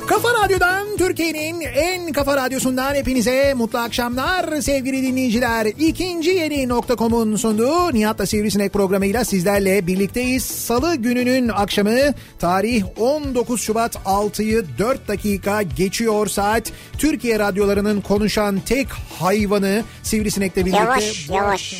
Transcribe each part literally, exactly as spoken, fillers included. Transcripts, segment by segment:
Kafa Radyo'dan, Türkiye'nin en kafa radyosundan hepinize mutlu akşamlar sevgili dinleyiciler. İkinci yeni nokta com'un sunduğu Nihat'la Sivrisinek programıyla sizlerle birlikteyiz. Salı gününün akşamı, tarih on dokuz Şubat, altıyı dört dakika geçiyor saat. Türkiye radyolarının konuşan tek hayvanı Sivrisinek'le birlikte... Yavaş yavaş.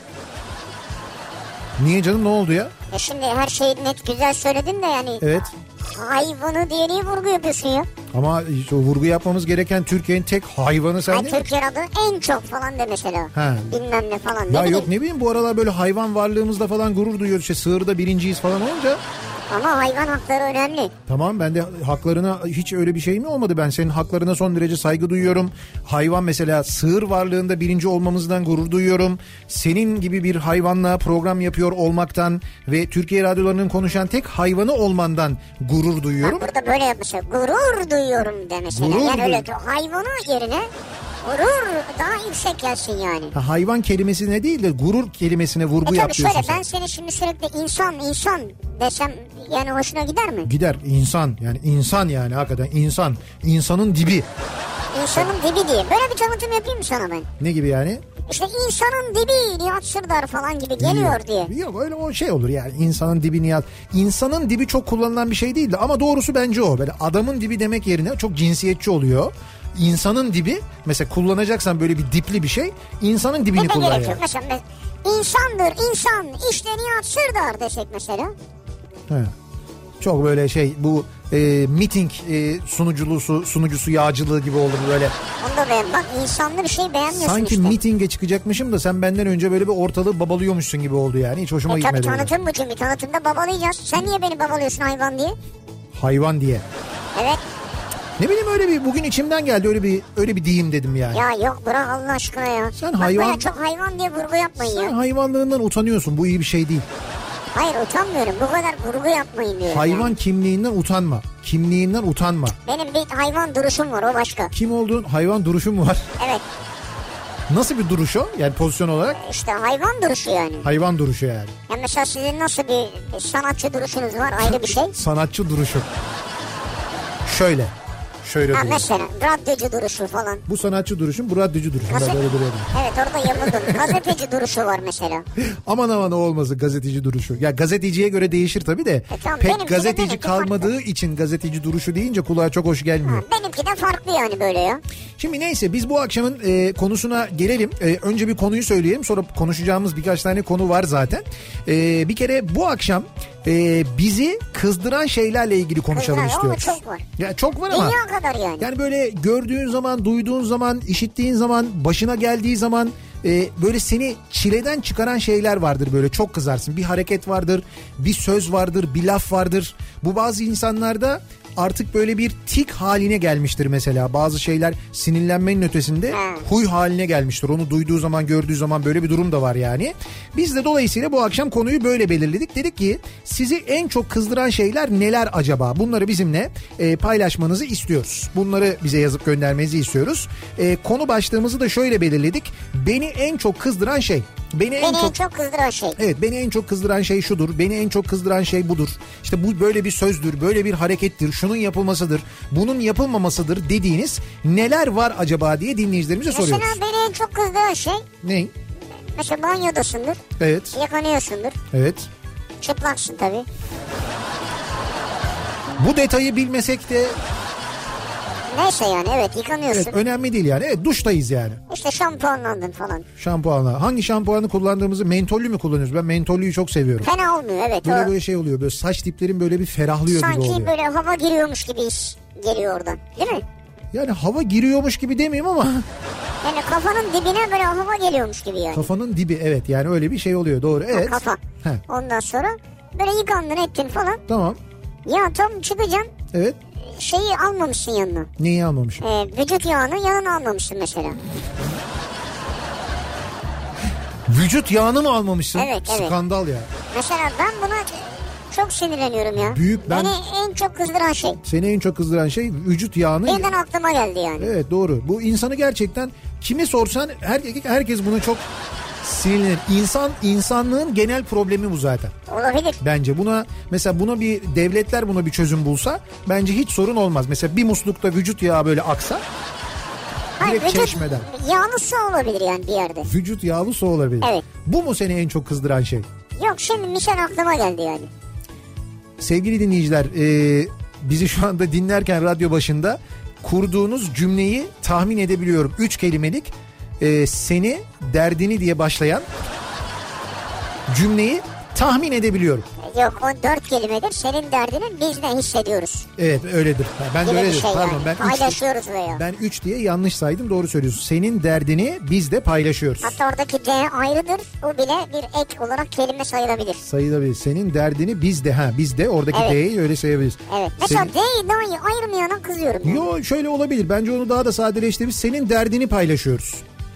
Niye canım, ne oldu ya? E şimdi her şeyi net güzel söyledin de yani. Evet. Hayvanı diye niye vurgu yapıyorsun ya? Ama işte vurgu yapmamız gereken Türkiye'nin tek hayvanı sen Ay, değil mi? Türkiye adı en çok falan de mesela. He. Bilmem ne falan. Ne ya bileyim. yok ne bileyim, bu aralar böyle hayvan varlığımızda falan gurur duyuyoruz. İşte sığırda birinciyiz falan olunca. Ama hayvan hakları önemli. Tamam, ben de haklarına hiç öyle bir şey mi olmadı? Ben senin haklarına son derece saygı duyuyorum. Hayvan mesela, sığır varlığında birinci olmamızdan gurur duyuyorum. Senin gibi bir hayvanla program yapıyor olmaktan ve Türkiye radyolarının konuşan tek hayvanı olmandan gurur duyuyorum. Bak burada böyle yapmışlar. Gurur duyuyorum de mesela. Gurur yani öyle duy- hayvanı yerine gurur daha yüksek gelsin yani. Ha, hayvan kelimesine değil de gurur kelimesine vurgu e tabii yapıyorsun şöyle, sen. ben seni şimdi sürekli insan insan desem yani hoşuna gider mi? Gider. insan yani insan yani hakikaten insan. İnsanın dibi. İnsanın dibi diye. Böyle bir tanıtım yapayım mı sana ben? Ne gibi yani? İşte insanın dibi Nihat Sırdar falan gibi geliyor yok, diye. Yok öyle o şey olur yani, insanın dibi Nihat. İnsanın dibi çok kullanılan bir şey değildi ama doğrusu bence o. Böyle adamın dibi demek yerine çok cinsiyetçi oluyor. İnsanın dibi mesela kullanacaksan böyle bir dipli bir şey, insanın dibini Dibe kullan gerek yani. yok. Mesela insandır insan işte Nihat Sırdar desek mesela. He. Çok böyle şey, bu e, miting e, sunuculusu sunucusu yağcılığı gibi oldu böyle. Onu da beğen. Bak insanlı bir şey beğenmiyorsun Sanki işte. mitinge çıkacakmışım da sen benden önce böyle bir ortalığı babalıyormuşsun gibi oldu yani. Hiç hoşuma e, gitmedi. Tabii tanıtım bu, çünkü tanıtımda babalayacağız. Sen niye beni babalıyorsun hayvan diye? Hayvan diye. Evet. Ne bileyim, öyle bir bugün içimden geldi, öyle bir öyle bir diyeyim dedim yani. Ya yok, bırak Allah aşkına ya. Sen Bak hayvan... böyle çok hayvan diye vurgu yapmayın Sen ya. hayvanlığından utanıyorsun, bu iyi bir şey değil. Hayır, utanmıyorum, bu kadar vurgu yapmayın diyorum. Hayvan yani. kimliğinden utanma. Kimliğinden utanma. Benim bir hayvan duruşum var, o başka. Kim olduğun, hayvan duruşun mu var? Evet. Nasıl bir duruş o? Yani pozisyon olarak? İşte hayvan duruşu yani. Hayvan duruşu yani. Ya mesela sizin nasıl bir sanatçı duruşunuz var, ayrı bir şey. Sanatçı duruşu. Şöyle. Şöyle Ha duruyor. mesela radyocu duruşu falan. Bu sanatçı duruşun, bu radyocu duruşun. Gazet... Ben böyle duruyordum. Evet, orada yanıldın. Gazeteci duruşu var mesela. Aman aman o olmasın, gazeteci duruşu. Ya gazeteciye göre değişir tabii de. E tamam, pek gazeteci benimki kalmadığı farklı. için gazeteci duruşu deyince kulağa çok hoş gelmiyor. Ha, benimki de farklı yani böyle ya. Şimdi neyse, biz bu akşamın e, konusuna gelelim. E, önce bir konuyu söyleyelim, sonra konuşacağımız birkaç tane konu var zaten. E, bir kere bu akşam e, bizi kızdıran şeylerle ilgili konuşalım Kızlar, istiyoruz. ama çok var. Ya çok var ama. Dünya kadar yani. Yani böyle gördüğün zaman, duyduğun zaman, işittiğin zaman, başına geldiği zaman e, böyle seni çileden çıkaran şeyler vardır, böyle çok kızarsın. Bir hareket vardır, bir söz vardır, bir laf vardır. Bu bazı insanlarda artık böyle bir tik haline gelmiştir mesela. Bazı şeyler sinirlenmenin ötesinde huy haline gelmiştir. Onu duyduğu zaman, gördüğü zaman böyle bir durum da var yani. Biz de dolayısıyla bu akşam konuyu böyle belirledik. Dedik ki sizi en çok kızdıran şeyler neler acaba? Bunları bizimle e, paylaşmanızı istiyoruz. Bunları bize yazıp göndermenizi istiyoruz. E, konu başlığımızı da şöyle belirledik. Beni en çok kızdıran şey. Beni, Beni en, en çok, çok kızdıran şey. Evet, beni en çok kızdıran şey şudur. Beni en çok kızdıran şey budur. İşte bu böyle bir sözdür, böyle bir harekettir, şunun yapılmasıdır, bunun yapılmamasıdır dediğiniz neler var acaba diye dinleyicilerimize Mesela soruyoruz. Mesela beni en çok kızdıran şey. Ne? Mesela banyodasındır. Evet. Yıkanıyorsundur. Evet. Çıplaksın tabii. Bu detayı bilmesek de... Neyse yani, evet, yıkanıyorsun. Evet, önemli değil yani. Evet, duştayız yani. İşte şampuanlandın falan. Şampuanla. Hangi şampuanı kullandığımızı, mentollü mü kullanıyoruz? Ben mentollüyü çok seviyorum. Fena olmuyor, evet. Böyle o... böyle şey oluyor. Böyle saç diplerin böyle bir ferahlıyor Sanki gibi oluyor. Sanki böyle hava giriyormuş gibi his geliyor oradan. Değil mi? Yani hava giriyormuş gibi demeyeyim ama... Yani kafanın dibine böyle hava geliyormuş gibi yani. Kafanın dibi, evet, yani öyle bir şey oluyor, doğru. Evet. Ha, kafa. Heh. Ondan sonra böyle yıkandın ettin falan. Tamam. Ya tam çıkacaksın. Evet. Şeyi almamışsın yanına. Neyi almamışım? Ee, vücut yağını yanına almamışsın mesela. Vücut yağını mı almamışsın? Evet, evet. Skandal ya. Mesela ben buna çok sinirleniyorum ya. Büyük ben... Beni en çok kızdıran şey. Seni en çok kızdıran şey vücut yağını... Birden aklıma geldi yani. Evet, doğru. Bu insanı gerçekten kime sorsan her, herkes bunu çok Sinirlenir. İnsan, insanlığın genel problemi bu zaten. Olabilir. Bence buna mesela buna bir devletler buna bir çözüm bulsa bence hiç sorun olmaz. Mesela bir muslukta vücut yağı böyle aksa direkt vücut çeşmeden. Yağlı su olabilir yani bir yerde. Vücut yağlı su olabilir. Evet. Bu mu seni en çok kızdıran şey? Yok şimdi misal aklıma geldi yani. Sevgili dinleyiciler, e, bizi şu anda dinlerken radyo başında kurduğunuz cümleyi tahmin edebiliyorum. Üç kelimelik e, seni derdini diye başlayan cümleyi tahmin edebiliyorum. Yok o dört kelimedir. Senin derdini biz de hissediyoruz. Evet öyledir. Ben Gibi de öyledir. Şey Pardon yani. ben paylaşıyoruz üç, veya. Ben üç diye yanlış saydım, doğru söylüyorsun. Senin derdini biz de paylaşıyoruz. Hatta oradaki D ayrıdır. O bile bir ek olarak kelime sayılabilir. Sayılabilir. Senin derdini biz de ha biz de oradaki evet. D'yi öyle sayabiliriz. Evet. Mesela Senin... D'yi daha iyi ayırmayana kızıyorum. Yani. Yo şöyle olabilir. Bence onu daha da sadeleştirip senin derdini paylaşıyoruz.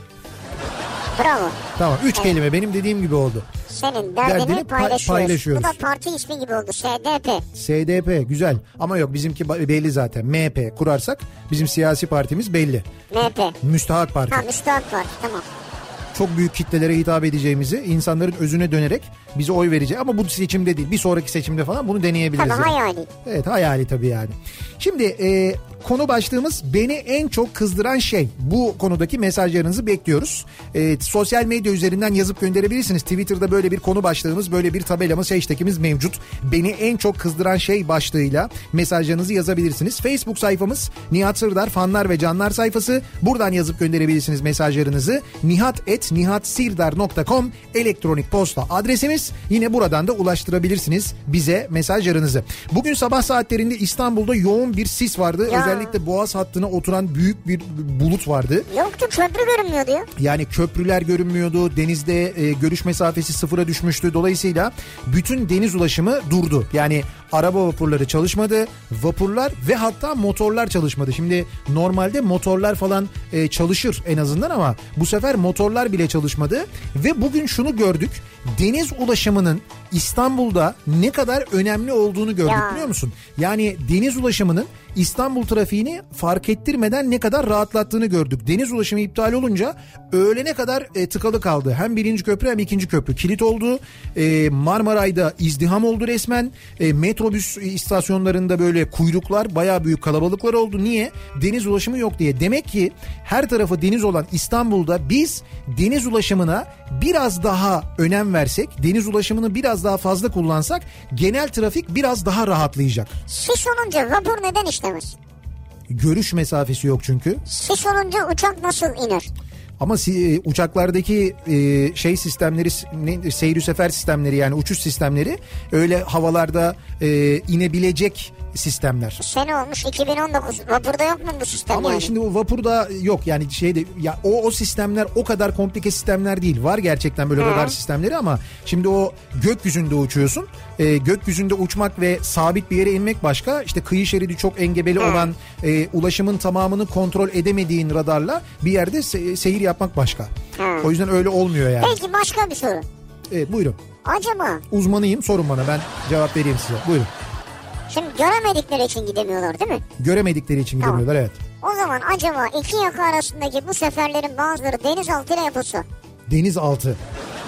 Bravo. Tamam üç evet. kelime benim dediğim gibi oldu. Senin derdini, derdini paylaşıyoruz. paylaşıyoruz. Bu da parti ismi gibi oldu. S D P. S D P güzel. Ama yok bizimki belli zaten. M H P kurarsak bizim siyasi partimiz belli. M H P. Müstahak Parti. Ha Müstahak Parti tamam. Çok büyük kitlelere hitap edeceğimizi, insanların özüne dönerek bize oy verecek. Ama bu seçimde değil, bir sonraki seçimde falan bunu deneyebiliriz. Tabii yani. hayali. Evet hayali tabii yani. Şimdi e, konu başlığımız beni en çok kızdıran şey. Bu konudaki mesajlarınızı bekliyoruz. E, sosyal medya üzerinden yazıp gönderebilirsiniz. Twitter'da böyle bir konu başlığımız, böyle bir tabelamız, hashtagimiz mevcut. Beni en çok kızdıran şey başlığıyla mesajlarınızı yazabilirsiniz. Facebook sayfamız Nihat Sırdar fanlar ve canlar sayfası. Buradan yazıp gönderebilirsiniz mesajlarınızı. nihat et nihat sirdar nokta com elektronik posta adresimiz. Yine buradan da ulaştırabilirsiniz bize mesajlarınızı. Bugün sabah saatlerinde İstanbul'da yoğun bir sis vardı. Ya. Özellikle Boğaz hattına oturan büyük bir bulut vardı. Yoktu, köprü görünmüyordu ya. Yani köprüler görünmüyordu. Denizde e, görüş mesafesi sıfıra düşmüştü. Dolayısıyla bütün deniz ulaşımı durdu. Yani araba vapurları çalışmadı. Vapurlar ve hatta motorlar çalışmadı. Şimdi normalde motorlar falan e, çalışır en azından ama bu sefer motorlar bile çalışmadı. Ve bugün şunu gördük. Deniz ulaşımının İstanbul'da ne kadar önemli olduğunu gördük ya. Biliyor musun? Yani deniz ulaşımının İstanbul trafiğini fark ettirmeden ne kadar rahatlattığını gördük. Deniz ulaşımı iptal olunca öğlene kadar e, tıkalı kaldı. Hem birinci köprü hem ikinci köprü kilit oldu. E, Marmaray'da izdiham oldu resmen. E, metrobüs istasyonlarında böyle kuyruklar, bayağı büyük kalabalıklar oldu. Niye? Deniz ulaşımı yok diye. Demek ki her tarafı deniz olan İstanbul'da biz deniz ulaşımına biraz daha önem versek, deniz ulaşımını biraz daha fazla kullansak genel trafik biraz daha rahatlayacak. Sis olunca vapur neden işlemez? Görüş mesafesi yok çünkü. Sis olunca uçak nasıl iner? Ama e, uçaklardaki e, şey sistemleri, ne, seyir sefer sistemleri yani uçuş sistemleri öyle havalarda e, inebilecek sistemler. Sene olmuş iki bin on dokuz. Vapurda yok mu bu sistem? Ama yani? şimdi o vapurda yok yani şeyde ya o o sistemler o kadar komplike sistemler değil. Var gerçekten böyle Hı. radar sistemleri ama şimdi o gökyüzünde uçuyorsun. E, gökyüzünde uçmak ve sabit bir yere inmek başka. İşte kıyı şeridi çok engebeli Hı. olan e, ulaşımın tamamını kontrol edemediğin radarla bir yerde se- seyir yapmak başka. Hı. O yüzden öyle olmuyor yani. Peki başka bir soru. Evet buyurun. Acaba? Uzmanıyım, sorun bana, ben cevap vereyim size. Buyurun. Şimdi göremedikleri için gidemiyorlar değil mi? Göremedikleri için tamam. gidemiyorlar evet. O zaman acaba iki yaka arasındaki bu seferlerin bazıları denizaltıyla yapılsa? Denizaltı.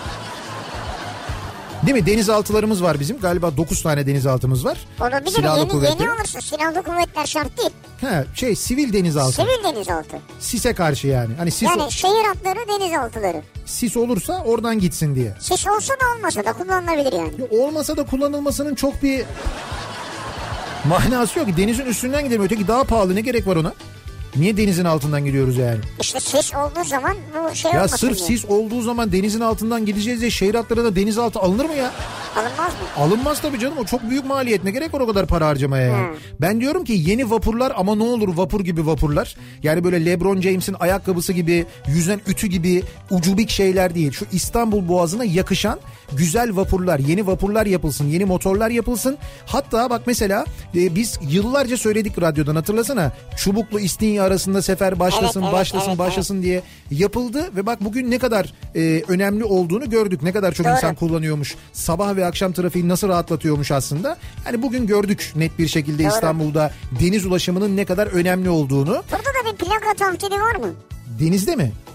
Değil mi? Denizaltılarımız var bizim. Galiba dokuz tane denizaltımız var. Olabilir. Silahlı yeni, kuvvetler. yeni olursa silahlı kuvvetler şart değil. Ha, şey sivil denizaltı. Sivil denizaltı. Sise karşı yani. Hani sis yani o... şehir hatları denizaltıları. Sis olursa oradan gitsin diye. Sis olsa da olmasa da kullanılabilir yani. Ya olmasa da kullanılmasının çok bir manası yok ki. Denizin üstünden gidelim. Öteki daha pahalı, ne gerek var ona? Niye denizin altından gidiyoruz yani? İşte sis olduğu zaman bu şey ya olmasın sırf diye. sis olduğu zaman denizin altından gideceğiz diye şehir hatları da denizaltı alınır mı ya? Alınmaz mı? Alınmaz tabii canım, o çok büyük maliyet, ne gerek var o kadar para harcamaya yani. Hmm. Ben diyorum ki yeni vapurlar, ama ne olur vapur gibi vapurlar. Yani böyle LeBron James'in ayakkabısı gibi, yüzen ütü gibi ucubik şeyler değil. Şu İstanbul Boğazı'na yakışan güzel vapurlar, yeni vapurlar yapılsın, yeni motorlar yapılsın. Hatta bak mesela e, biz yıllarca söyledik radyodan, hatırlasana. Çubuklu İstinye arasında sefer başlasın, evet, evet, başlasın, evet, başlasın evet. diye yapıldı ve bak bugün ne kadar e, önemli olduğunu gördük. Ne kadar çok Doğru. insan kullanıyormuş. Sabah ve akşam trafiği nasıl rahatlatıyormuş aslında. Yani bugün gördük net bir şekilde Doğru. İstanbul'da deniz ulaşımının ne kadar önemli olduğunu. Burada da bir plaka tahtili var mı? Denizde mi?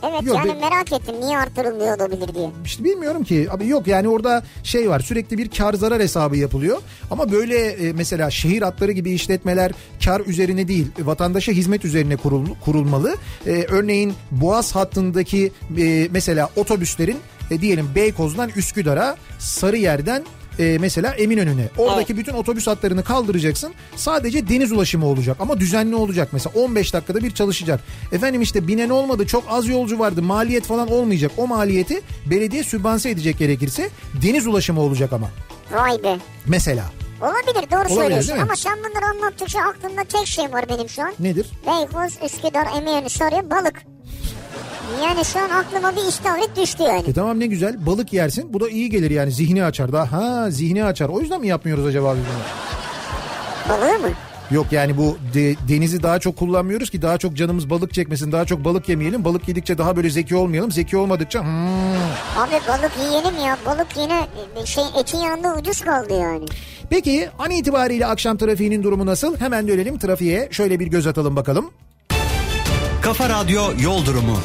Evet yok, yani be... merak ettim niye artırılmıyor olabilir diye. İşte bilmiyorum ki abi, yok yani orada şey var, sürekli bir kar zarar hesabı yapılıyor. Ama böyle e, mesela şehir hatları gibi işletmeler kar üzerine değil, vatandaşa hizmet üzerine kurul, kurulmalı. E, örneğin Boğaz hattındaki e, mesela otobüslerin e, diyelim Beykoz'dan Üsküdar'a, Sarıyer'den Ee, mesela Eminönü'ne. Oradaki evet. bütün otobüs hatlarını kaldıracaksın. Sadece deniz ulaşımı olacak ama düzenli olacak. Mesela on beş dakikada bir çalışacak. Efendim işte binen olmadı, çok az yolcu vardı, maliyet falan olmayacak. O maliyeti belediye sübvanse edecek gerekirse, deniz ulaşımı olacak ama. Vay be. Mesela. Olabilir, doğru Olabilir, söylüyorsun ama sen bunları anlattıkça aklımda tek şey var benim şu an. Nedir? Beykoz, Üsküdar, Eminönü, Sarıyer, balık. Yani şu an aklıma bir istavrit düştü yani. E tamam, ne güzel, balık yersin, bu da iyi gelir yani, zihni açar da. Ha, zihni açar, o yüzden mi yapmıyoruz acaba biz bunu? Balığı mı? Yok yani bu de, denizi daha çok kullanmıyoruz ki daha çok canımız balık çekmesin, daha çok balık yemeyelim. Balık yedikçe daha böyle zeki olmayalım, zeki olmadıkça hmm. Abi balık yiyelim ya, balık yine şey etin yanında ucuz kaldı yani. Peki an itibariyle akşam trafiğinin durumu nasıl? Hemen dönelim trafiğe, şöyle bir göz atalım bakalım. Kafa Radyo Yol Durumu.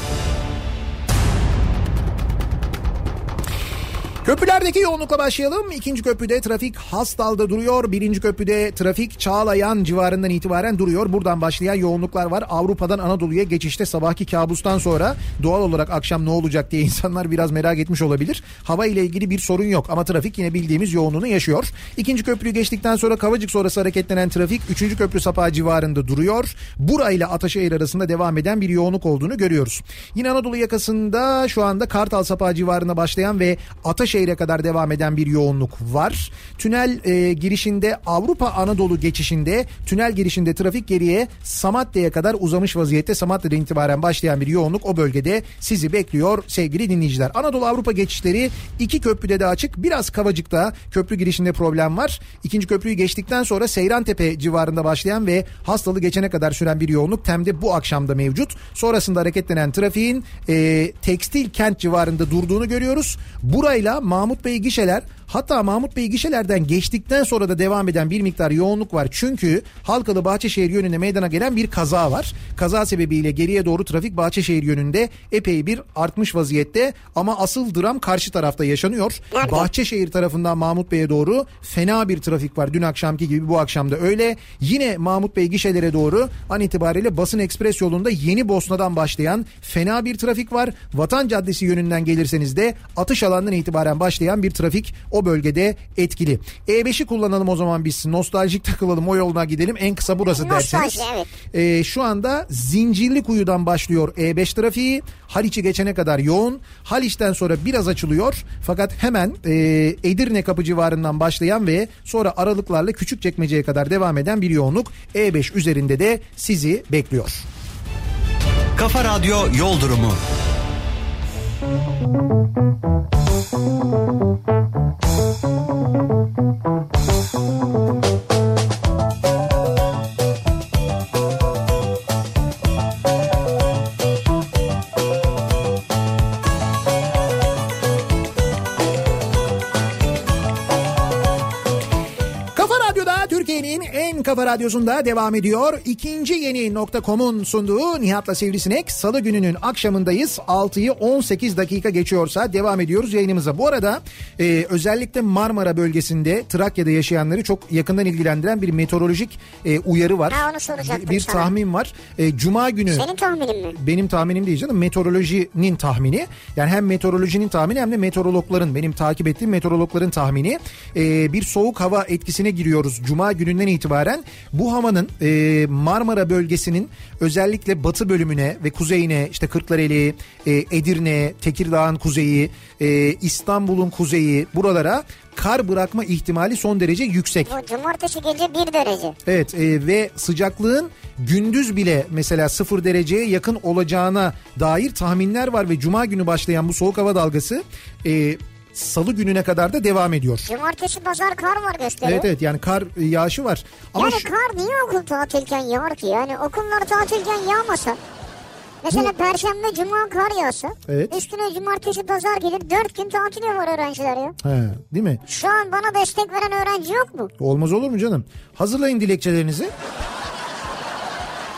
Köprülerdeki yoğunlukla başlayalım. İkinci köprüde trafik Hastal'da duruyor. Birinci köprüde trafik Çağlayan civarından itibaren duruyor. Buradan başlayan yoğunluklar var. Avrupa'dan Anadolu'ya geçişte sabahki kabustan sonra doğal olarak akşam ne olacak diye insanlar biraz merak etmiş olabilir. Hava ile ilgili bir sorun yok ama trafik yine bildiğimiz yoğunluğunu yaşıyor. İkinci köprüyü geçtikten sonra Kavacık sonrası hareketlenen trafik üçüncü köprü sapağı civarında duruyor. Burayla Ataşehir arasında devam eden bir yoğunluk olduğunu görüyoruz. Yine Anadolu yakasında şu anda Kartal sapağı civarında başlayan ve Ataşehir Ataşehir'e kadar devam eden bir yoğunluk var. Tünel e, girişinde Avrupa Anadolu geçişinde tünel girişinde trafik geriye Samatya'ya kadar uzamış vaziyette. Samatya'dan itibaren başlayan bir yoğunluk o bölgede sizi bekliyor sevgili dinleyiciler. Anadolu Avrupa geçişleri iki köprüde de açık. Biraz Kavacık'ta köprü girişinde problem var. İkinci köprüyü geçtikten sonra Seyrantepe civarında başlayan ve Hastalı geçene kadar süren bir yoğunluk Tem'de bu akşamda mevcut. Sonrasında hareketlenen trafiğin e, Tekstil Kent civarında durduğunu görüyoruz. Burayla Mahmut Bey gişeler, hatta Mahmut Bey gişelerden geçtikten sonra da devam eden bir miktar yoğunluk var. Çünkü Halkalı Bahçeşehir yönüne meydana gelen bir kaza var. Kaza sebebiyle geriye doğru trafik Bahçeşehir yönünde epey bir artmış vaziyette ama asıl dram karşı tarafta yaşanıyor. Nerede? Bahçeşehir tarafından Mahmut Bey'e doğru fena bir trafik var. Dün akşamki gibi bu akşam da öyle. Yine Mahmut Bey gişelere doğru an itibariyle Basın Ekspres yolunda Yeni Bosna'dan başlayan fena bir trafik var. Vatan Caddesi yönünden gelirseniz de atış alanından itibaren başlayan bir trafik o bölgede etkili. E beşi kullanalım o zaman biz. Nostaljik takılalım, o yoluna gidelim. En kısa burası derseniz. Evet. E, şu anda Zincirlikuyu'dan başlıyor E beş trafiği. Haliç'i geçene kadar yoğun. Haliç'ten sonra biraz açılıyor. Fakat hemen e, Edirne kapı civarından başlayan ve sonra aralıklarla Küçükçekmece'ye kadar devam eden bir yoğunluk E beş üzerinde de sizi bekliyor. Kafa Radyo Yol Durumu. Kafa Radyosu'nda devam ediyor. İkinci yeni nokta com'un sunduğu Nihat'la Sivrisinek. Salı gününün akşamındayız. altıyı on sekiz dakika geçiyorsa devam ediyoruz yayınımıza. Bu arada e, özellikle Marmara bölgesinde Trakya'da yaşayanları çok yakından ilgilendiren bir meteorolojik e, uyarı var. Ha, onu soracaktım bir sana. tahmin var. E, Cuma günü. Senin tahminin mi? Benim tahminim değil canım. Meteorolojinin tahmini. Yani hem meteorolojinin tahmini hem de meteorologların, benim takip ettiğim meteorologların tahmini. E, bir soğuk hava etkisine giriyoruz Cuma gününden itibaren. Bu havanın e, Marmara bölgesinin özellikle batı bölümüne ve kuzeyine, işte Kırklareli, e, Edirne, Tekirdağ'ın kuzeyi, e, İstanbul'un kuzeyi, buralara kar bırakma ihtimali son derece yüksek. Bu cumartesi gece bir derece. Evet e, ve sıcaklığın gündüz bile mesela sıfır dereceye yakın olacağına dair tahminler var ve Cuma günü başlayan bu soğuk hava dalgası E, Salı gününe kadar da devam ediyor. Cumartesi pazar kar var gösteriyor. Evet evet yani kar yağışı var. Ama yani şu... kar niye okul tatilken yağar ki? Yani okullar tatilken yağmasa. Mesela Bu... Perşembe, Cuma kar yağsa. Evet. Üstüne cumartesi pazar gelir. Dört gün tatil var öğrenciler ya. He, değil mi? Şu an bana destek veren öğrenci yok mu? Olmaz olur mu canım? Hazırlayın dilekçelerinizi.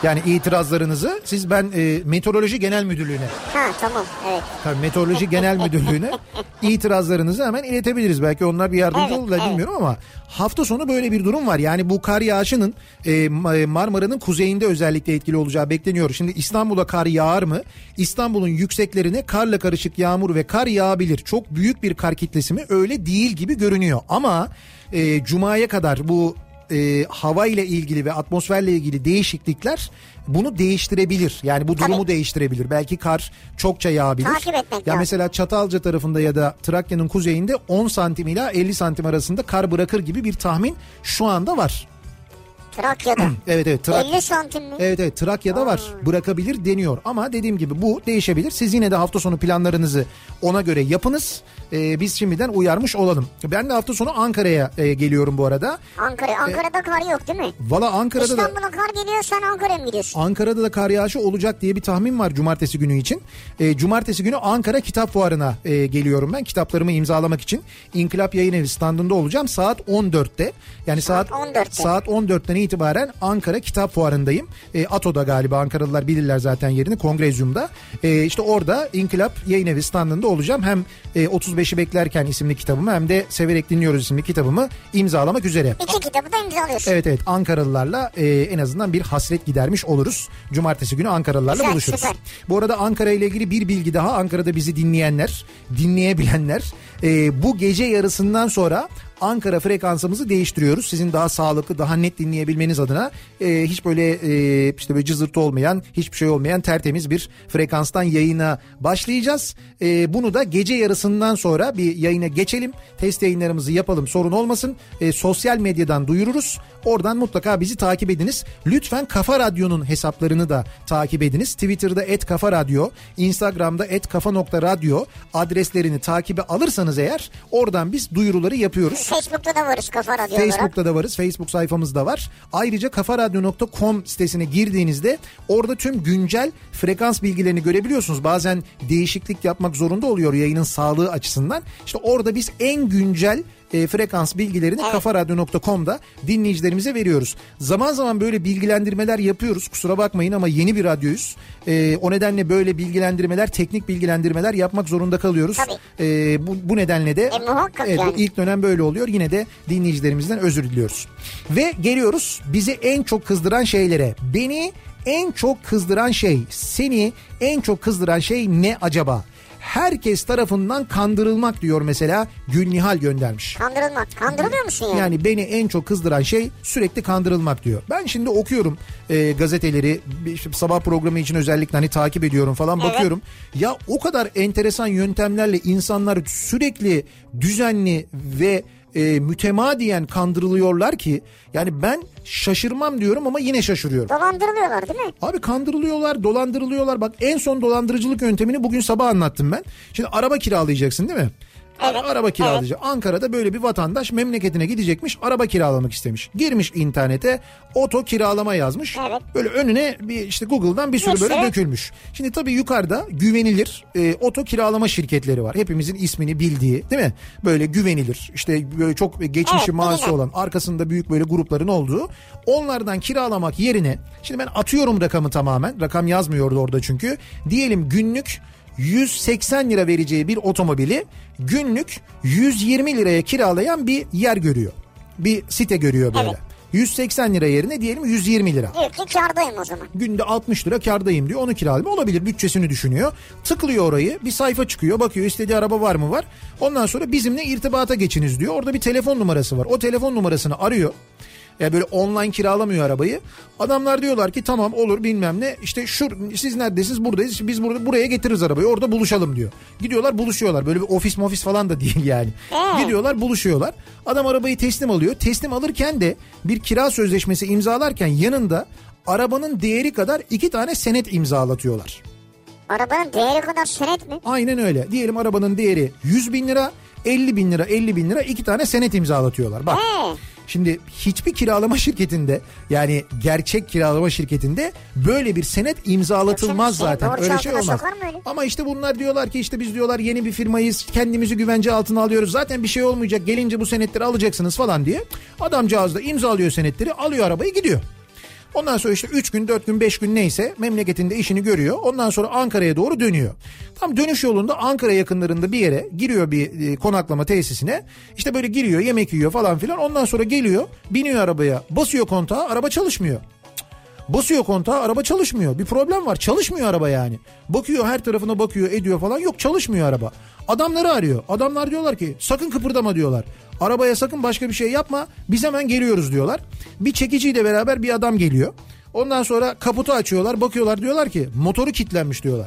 Yani itirazlarınızı siz ben e, Meteoroloji Genel Müdürlüğü'ne. Ha tamam evet. Tabii Meteoroloji Genel Müdürlüğü'ne itirazlarınızı hemen iletebiliriz. Belki onlar bir yardımcı evet, olurlar evet. bilmiyorum ama hafta sonu böyle bir durum var. Yani bu kar yağışının e, Marmara'nın kuzeyinde özellikle etkili olacağı bekleniyor. Şimdi İstanbul'a kar yağar mı? İstanbul'un yükseklerine karla karışık yağmur ve kar yağabilir. Çok büyük bir kar kitlesi mi? Öyle değil gibi görünüyor. Ama e, Cuma'ya kadar bu e, hava ile ilgili ve atmosferle ilgili değişiklikler bunu değiştirebilir. Yani bu durumu Tabii. değiştirebilir. Belki kar çokça yağabilir. Takip etmek ya lazım. Mesela Çatalca tarafında ya da Trakya'nın kuzeyinde on santim ila elli santim arasında kar bırakır gibi bir tahmin şu anda var. Trakya'da. evet evet. Trak... elli santim mi? Evet evet Trakya'da Aa. var. Bırakabilir deniyor. Ama dediğim gibi bu değişebilir. Siz yine de hafta sonu planlarınızı ona göre yapınız. Ee, biz şimdiden uyarmış olalım. Ben de hafta sonu Ankara'ya e, geliyorum bu arada. Ankara, Ankara'da ee, kar yok değil mi? Valla Ankara'da İstanbul'a da... kar geliyor, sen Ankara'ya mı gidiyorsun? Ankara'da da kar yağışı olacak diye bir tahmin var cumartesi günü için. E, cumartesi günü Ankara Kitap Fuarı'na e, geliyorum ben. Kitaplarımı imzalamak için. İnkılap Yayınevi standında olacağım saat on dörtte. Yani saat, saat on dörtte. Saat on dörtten itibaren Ankara Kitap Fuarı'ndayım. E, ATO'da galiba, Ankaralılar bilirler zaten yerini, Kongrezyum'da. E, işte orada İnkılap Yayınevi standında olacağım. Hem e, otuz beşi beklerken isimli kitabımı hem de Severek Dinliyoruz isimli kitabımı imzalamak üzere. İki kitabı da imzalıyorsun. Evet evet Ankaralılarla e, en azından bir hasret gidermiş oluruz. Cumartesi günü Ankaralılarla Güzel, buluşuruz. Süper. Bu arada Ankara ile ilgili bir bilgi daha. Ankara'da bizi dinleyenler, dinleyebilenler e, bu gece yarısından sonra Ankara frekansımızı değiştiriyoruz. Sizin daha sağlıklı, daha net dinleyebilmeniz adına e, hiç böyle e, işte böyle cızırtı olmayan, hiçbir şey olmayan tertemiz bir frekanstan yayına başlayacağız. E, bunu da gece yarısından sonra bir yayına geçelim. Test yayınlarımızı yapalım, sorun olmasın. E, sosyal medyadan duyururuz. Oradan mutlaka bizi takip ediniz. Lütfen Kafa Radyo'nun hesaplarını da takip ediniz. Twitter'da et kafa radyo, Instagram'da et kafa nokta radyo adreslerini takibe alırsanız eğer oradan biz duyuruları yapıyoruz. Facebook'ta da varız Kafa Radyo Facebook'ta olarak. da varız. Facebook sayfamız da var. Ayrıca kafa radyo nokta com sitesine girdiğinizde orada tüm güncel frekans bilgilerini görebiliyorsunuz. Bazen değişiklik yapmak zorunda oluyor yayının sağlığı açısından. İşte orada biz en güncel E, frekans bilgilerini evet. kafa radyo nokta com'da dinleyicilerimize veriyoruz. Zaman zaman böyle bilgilendirmeler yapıyoruz. Kusura bakmayın ama yeni bir radyoyuz. E, o nedenle böyle bilgilendirmeler, teknik bilgilendirmeler yapmak zorunda kalıyoruz. E, bu, bu nedenle de e, evet, yani. ilk dönem böyle oluyor. Yine de dinleyicilerimizden özür diliyoruz. Ve geliyoruz bizi en çok kızdıran şeylere. Beni en çok kızdıran şey, seni en çok kızdıran şey ne acaba? Herkes tarafından kandırılmak diyor mesela Gülnihal göndermiş. Kandırılmak. Kandırılıyor musun yani? Yani beni en çok kızdıran şey sürekli kandırılmak diyor. Ben şimdi okuyorum e, gazeteleri, işte sabah programı için özellikle hani takip ediyorum falan evet. bakıyorum. Ya o kadar enteresan yöntemlerle insanlar sürekli düzenli ve e, mütemadiyen kandırılıyorlar ki yani ben şaşırmam diyorum ama yine şaşırıyorum. Dolandırılıyorlar değil mi? Abi kandırılıyorlar, dolandırılıyorlar. Bak en son dolandırıcılık yöntemini bugün sabah anlattım ben. Şimdi araba kiralayacaksın değil mi? Evet. Araba kiralayacak. Evet. Ankara'da böyle bir vatandaş memleketine gidecekmiş, araba kiralamak istemiş. Girmiş internete, oto kiralama yazmış. Evet. Böyle önüne bir işte Google'dan bir sürü Neyse. böyle dökülmüş. Şimdi tabii yukarıda güvenilir e, oto kiralama şirketleri var. Hepimizin ismini bildiği, değil mi? Böyle güvenilir, işte böyle çok geçmişi evet, mazisi olan, arkasında büyük böyle grupların olduğu. Onlardan kiralamak yerine, şimdi ben atıyorum rakamı tamamen. Rakam yazmıyordu orada çünkü. Diyelim günlük yüz seksen lira vereceği bir otomobili günlük yüz yirmi liraya kiralayan bir yer görüyor. Bir site görüyor böyle. Evet. yüz seksen lira yerine diyelim yüz yirmi lira. Diyor ki kârdayım o zaman. Günde altmış lira kârdayım diyor. Onu kiralayayım. Olabilir, bütçesini düşünüyor. Tıklıyor orayı. Bir sayfa çıkıyor. Bakıyor istediği araba var mı var. Ondan sonra bizimle irtibata geçiniz diyor. Orada bir telefon numarası var. O telefon numarasını arıyor. Yani böyle online kiralamıyor arabayı. Adamlar diyorlar ki tamam olur bilmem ne. İşte şu siz neredesiniz? Buradayız. Biz burada buraya getiririz arabayı. Orada buluşalım diyor. Gidiyorlar buluşuyorlar. Böyle bir ofis mofis falan da değil yani. Ee? Gidiyorlar buluşuyorlar. Adam arabayı teslim alıyor. Teslim alırken de bir kira sözleşmesi imzalarken yanında arabanın değeri kadar iki tane senet imzalatıyorlar. Arabanın değeri kadar senet mi? Aynen öyle. Diyelim arabanın değeri yüz bin lira. elli bin lira elli bin lira iki tane senet imzalatıyorlar. Bak. Ee? Şimdi hiçbir kiralama şirketinde, yani gerçek kiralama şirketinde böyle bir senet imzalatılmaz şey, zaten. Öyle şey olmaz. Ama işte bunlar diyorlar ki işte biz diyorlar yeni bir firmayız, kendimizi güvence altına alıyoruz. Zaten bir şey olmayacak, gelince bu senetleri alacaksınız falan diye. Adamcağız da imzalıyor senetleri, alıyor arabayı, gidiyor. Ondan sonra işte üç gün dört gün beş gün neyse memleketinde işini görüyor. Ondan sonra Ankara'ya doğru dönüyor. Tam dönüş yolunda Ankara yakınlarında bir yere giriyor, bir konaklama tesisine. İşte böyle giriyor, yemek yiyor falan filan. Ondan sonra geliyor, biniyor arabaya, basıyor kontağa, araba çalışmıyor. Basıyor kontağa, araba çalışmıyor. Bir problem var, çalışmıyor araba yani. Bakıyor, her tarafına bakıyor, ediyor falan, yok çalışmıyor araba. Adamları arıyor. Adamlar diyorlar ki sakın kıpırdama diyorlar. Arabaya sakın başka bir şey yapma, biz hemen geliyoruz diyorlar. Bir çekiciyle beraber bir adam geliyor. Ondan sonra kaputu açıyorlar, bakıyorlar, diyorlar ki motoru kilitlenmiş diyorlar.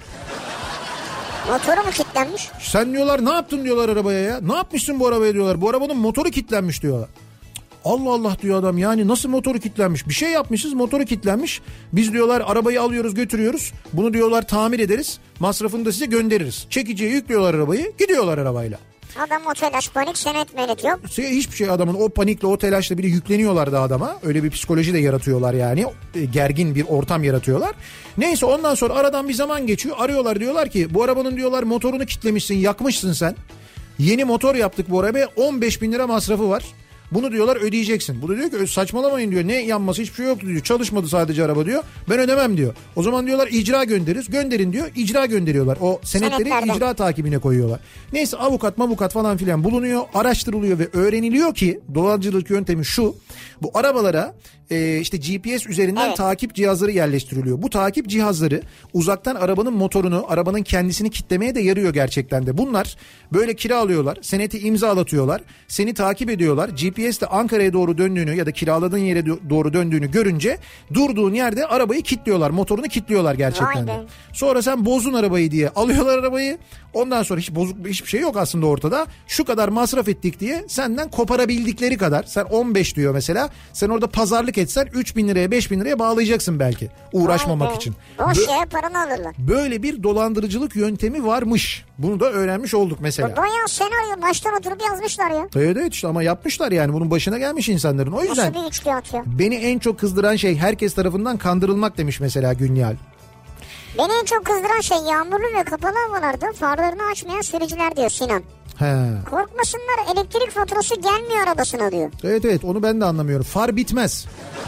Motoru mu kilitlenmiş? Sen diyorlar ne yaptın diyorlar arabaya ya. Ne yapmışsın bu arabaya diyorlar. Bu arabanın motoru kilitlenmiş diyorlar. Allah Allah diyor adam, yani nasıl motoru kilitlenmiş? Bir şey yapmışız, motoru kilitlenmiş. Biz diyorlar arabayı alıyoruz götürüyoruz. Bunu diyorlar tamir ederiz. Masrafını da size göndeririz. Çekiciye yüklüyorlar arabayı, gidiyorlar arabayla. Adam o telaş, panik, senet menet yok. Hiçbir şey, adamın o panikle o telaşla bir de yükleniyorlar da adama. Öyle bir psikoloji de yaratıyorlar yani. Gergin bir ortam yaratıyorlar. Neyse ondan sonra aradan bir zaman geçiyor. Arıyorlar, diyorlar ki bu arabanın diyorlar motorunu kilitlemişsin, yakmışsın sen. Yeni motor yaptık bu arabaya, on beş bin lira masrafı var. Bunu diyorlar ödeyeceksin. Bu da diyor ki saçmalamayın diyor. Ne yanması, hiçbir şey yoktu diyor. Çalışmadı sadece araba diyor. Ben ödemem diyor. O zaman diyorlar icra göndeririz. Gönderin diyor. İcra gönderiyorlar. O senetleri Senetlerden. icra takibine koyuyorlar. Neyse avukat mavukat falan filan bulunuyor. Araştırılıyor ve öğreniliyor ki dolandırıcılık yöntemi şu. Bu arabalara e, işte G P S üzerinden evet. takip cihazları yerleştiriliyor. Bu takip cihazları uzaktan arabanın motorunu, arabanın kendisini kitlemeye de yarıyor gerçekten de. Bunlar böyle kiralıyorlar. Seneti imzalatıyorlar. Seni takip ediyorlar. G P S'te Ankara'ya doğru döndüğünü ya da kiraladığın yere doğru döndüğünü görünce durduğun yerde arabayı kilitliyorlar. Motorunu kilitliyorlar gerçekten de. Sonra sen bozdun arabayı diye alıyorlar arabayı. Ondan sonra hiç bozuk hiçbir şey yok aslında ortada. Şu kadar masraf ettik diye senden koparabildikleri kadar. Sen on beş diyor mesela. Sen orada pazarlık etsen üç bin liraya beş bin liraya bağlayacaksın belki. Uğraşmamak Aynen. için. Boş Bö- yere paranı alırlar. Böyle bir dolandırıcılık yöntemi varmış. Bunu da öğrenmiş olduk mesela. Bayağı senaryo baştan oturup yazmışlar ya. Evet evet işte ama yapmışlar yani. Bunun başına gelmiş insanların. O yüzden Nasıl bir üçlüyat ya? Beni en çok kızdıran şey herkes tarafından kandırılmak demiş mesela Günyal. Beni en çok kızdıran şey yağmurlu ve kapalı havalarda farlarını açmayan sürücüler diyor Sinan. He. Korkmasınlar, elektrik faturası gelmiyor arabasına diyor. Evet evet onu ben de anlamıyorum. Far bitmez.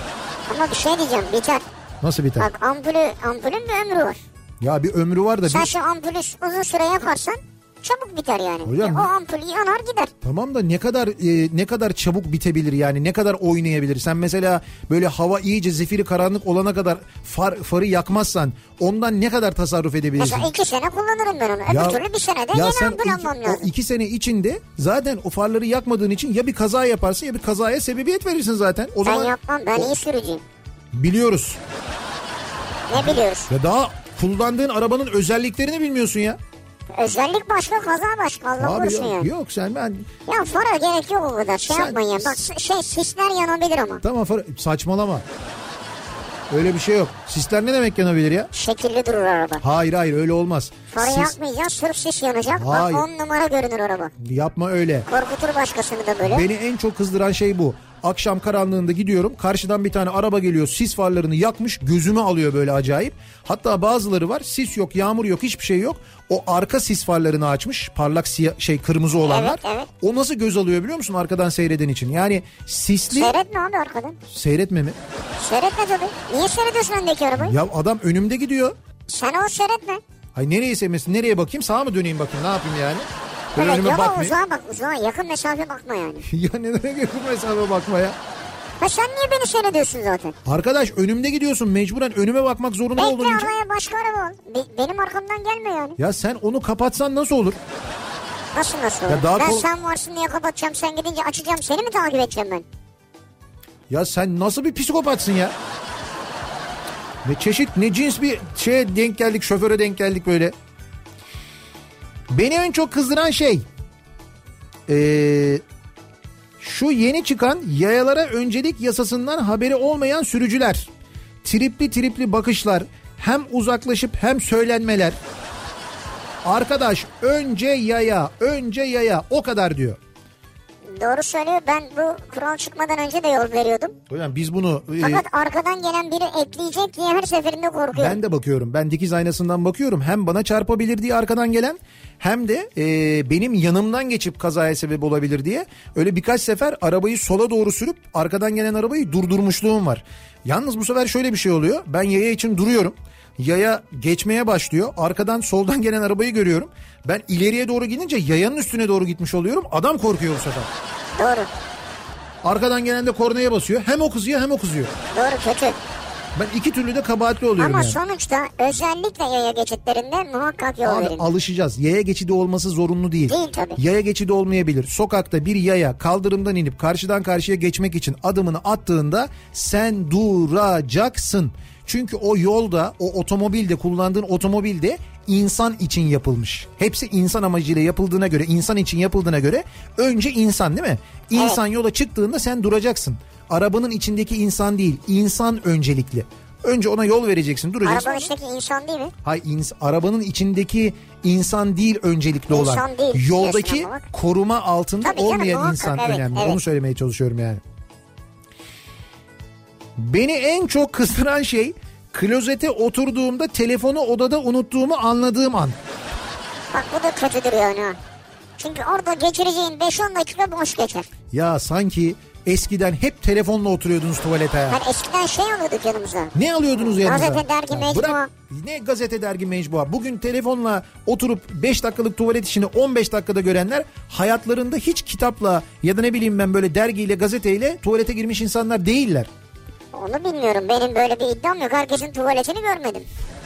Ama bir şey diyeceğim, biter. Nasıl biter? Bak ampulü, ampulün bir ömrü var. Ya bir ömrü var da... Sen bir... şu ampulü uzun süre yakarsan çabuk biter yani. Hocam, e, o ampul yanar gider. Tamam da ne kadar e, ne kadar çabuk bitebilir yani, ne kadar oynayabilir? Sen mesela böyle hava iyice zifiri karanlık olana kadar far, farı yakmazsan ondan ne kadar tasarruf edebilirsin? Mesela iki sene kullanırım ben onu. Öbür ya, türlü bir senede yeni ampul almam lazım. O iki sene içinde zaten o farları yakmadığın için ya bir kaza yaparsın ya bir kazaya sebebiyet verirsin zaten. O ben zaman, yapmam, ben o... iyi sürücüyüm. Biliyoruz. Ne biliyoruz? Ya daha kullandığın arabanın özelliklerini bilmiyorsun ya. Özellik başka, kaza başka. Allah korusun yani. Yok sen ben... Ya fara gerek yok o kadar. Şey sen... yapmayın ya. Bak şey sisler yanabilir ama. Tamam fara... Saçmalama. Öyle bir şey yok. Sisler ne demek yanabilir ya? Şekilli durur araba. Hayır hayır öyle olmaz. Farı sis... yakmayacaksın, sırf sis yanacak. Hayır. Bak on numara görünür araba. Yapma öyle. Korkutur başkasını da böyle. Beni en çok kızdıran şey bu. Akşam karanlığında gidiyorum. Karşıdan bir tane araba geliyor. Sis farlarını yakmış. Gözümü alıyor böyle acayip. Hatta bazıları var. Sis yok, yağmur yok, hiçbir şey yok. O arka sis farlarını açmış. Parlak siyah, şey kırmızı olanlar. Evet, evet. O nasıl göz alıyor biliyor musun arkadan seyreden için? Yani sisli... Seyretme abi arkadan. Seyretme mi? Seyretme tabii. Niye seyrediyorsun öndeki arabayı? Ya adam önümde gidiyor. Sen o seyretme. Ay nereye seyretmesin? Nereye bakayım? Sağa mı döneyim bakayım? Ne yapayım yani? Evet yok uzağa bak, uzağa yakın mesafe bakma yani. Ya neden yakın mesafe bakma ya? Ha sen niye beni seyrediyorsun zaten? Arkadaş önümde gidiyorsun, mecburen önüme bakmak zorunda Bekle, olduğun için. Bekle araya başka araba al. Be- benim arkamdan gelme yani. Ya sen onu kapatsan nasıl olur? Nasıl nasıl olur? Ben kol... sen varsın diye kapatacağım, sen gidince açacağım, seni mi takip edeceğim ben? Ya sen nasıl bir psikopatsın ya? Ne çeşit ne cins bir şeye denk geldik, şoföre denk geldik böyle. Beni en çok kızdıran şey ee, şu yeni çıkan yayalara öncelik yasasından haberi olmayan sürücüler. Tripli tripli bakışlar, hem uzaklaşıp hem söylenmeler. Arkadaş önce yaya, önce yaya, o kadar diyor. Doğru söylüyor. Ben bu kural çıkmadan önce de yol veriyordum. Yani biz bunu... Fakat e, arkadan gelen biri ekleyecek diye her seferinde korkuyorum. Ben de bakıyorum. Ben dikiz aynasından bakıyorum. Hem bana çarpabilir diye arkadan gelen, hem de e, benim yanımdan geçip kazaya sebep olabilir diye. Öyle birkaç sefer arabayı sola doğru sürüp arkadan gelen arabayı durdurmuşluğum var. Yalnız bu sefer şöyle bir şey oluyor. Ben yaya için duruyorum. Yaya geçmeye başlıyor. Arkadan soldan gelen arabayı görüyorum. Ben ileriye doğru gidince yayanın üstüne doğru gitmiş oluyorum. Adam korkuyor bu sefer. Doğru. Arkadan gelen de kornaya basıyor. Hem o kızıyor hem o kızıyor. Doğru, kötü. Ben iki türlü de kabahatli oluyorum Ama yani. sonuçta özellikle yaya geçitlerinde muhakkak yol Abi verin. alışacağız. Yaya geçidi olması zorunlu değil. Değil tabii. Yaya geçidi olmayabilir. Sokakta bir yaya kaldırımdan inip karşıdan karşıya geçmek için adımını attığında sen duracaksın. Çünkü o yolda, o otomobilde, kullandığın otomobilde insan için yapılmış. Hepsi insan amacıyla yapıldığına göre, insan için yapıldığına göre önce insan, değil mi? İnsan evet. Yola çıktığında sen duracaksın. Arabanın içindeki insan değil, insan öncelikli. Önce ona yol vereceksin, duracaksın. Arabanın içindeki insan değil mi? Hayır, ins- arabanın içindeki insan değil öncelikli insan olan. Değil, yoldaki koruma altında tabii olmayan canım, insan evet, önemli. Evet. Onu söylemeye çalışıyorum yani. Beni en çok kızdıran şey klozete oturduğumda telefonu odada unuttuğumu anladığım an. Bak bu da kötüdür yani. Çünkü orada geçireceğin beş on dakika boş geçer. Ya sanki eskiden hep telefonla oturuyordunuz tuvalete. Yani eskiden şey alıyorduk yanımıza. Ne alıyordunuz yanınıza? Gazete, dergi, ya mecbua. Bırak, ne gazete, dergi, mecbua. Bugün telefonla oturup beş dakikalık tuvalet işini on beş dakikada görenler hayatlarında hiç kitapla ya da ne bileyim ben böyle dergiyle, gazeteyle tuvalete girmiş insanlar değiller. Onu bilmiyorum. Benim böyle bir iddiam yok. Herkesin tuvaletini görmedim.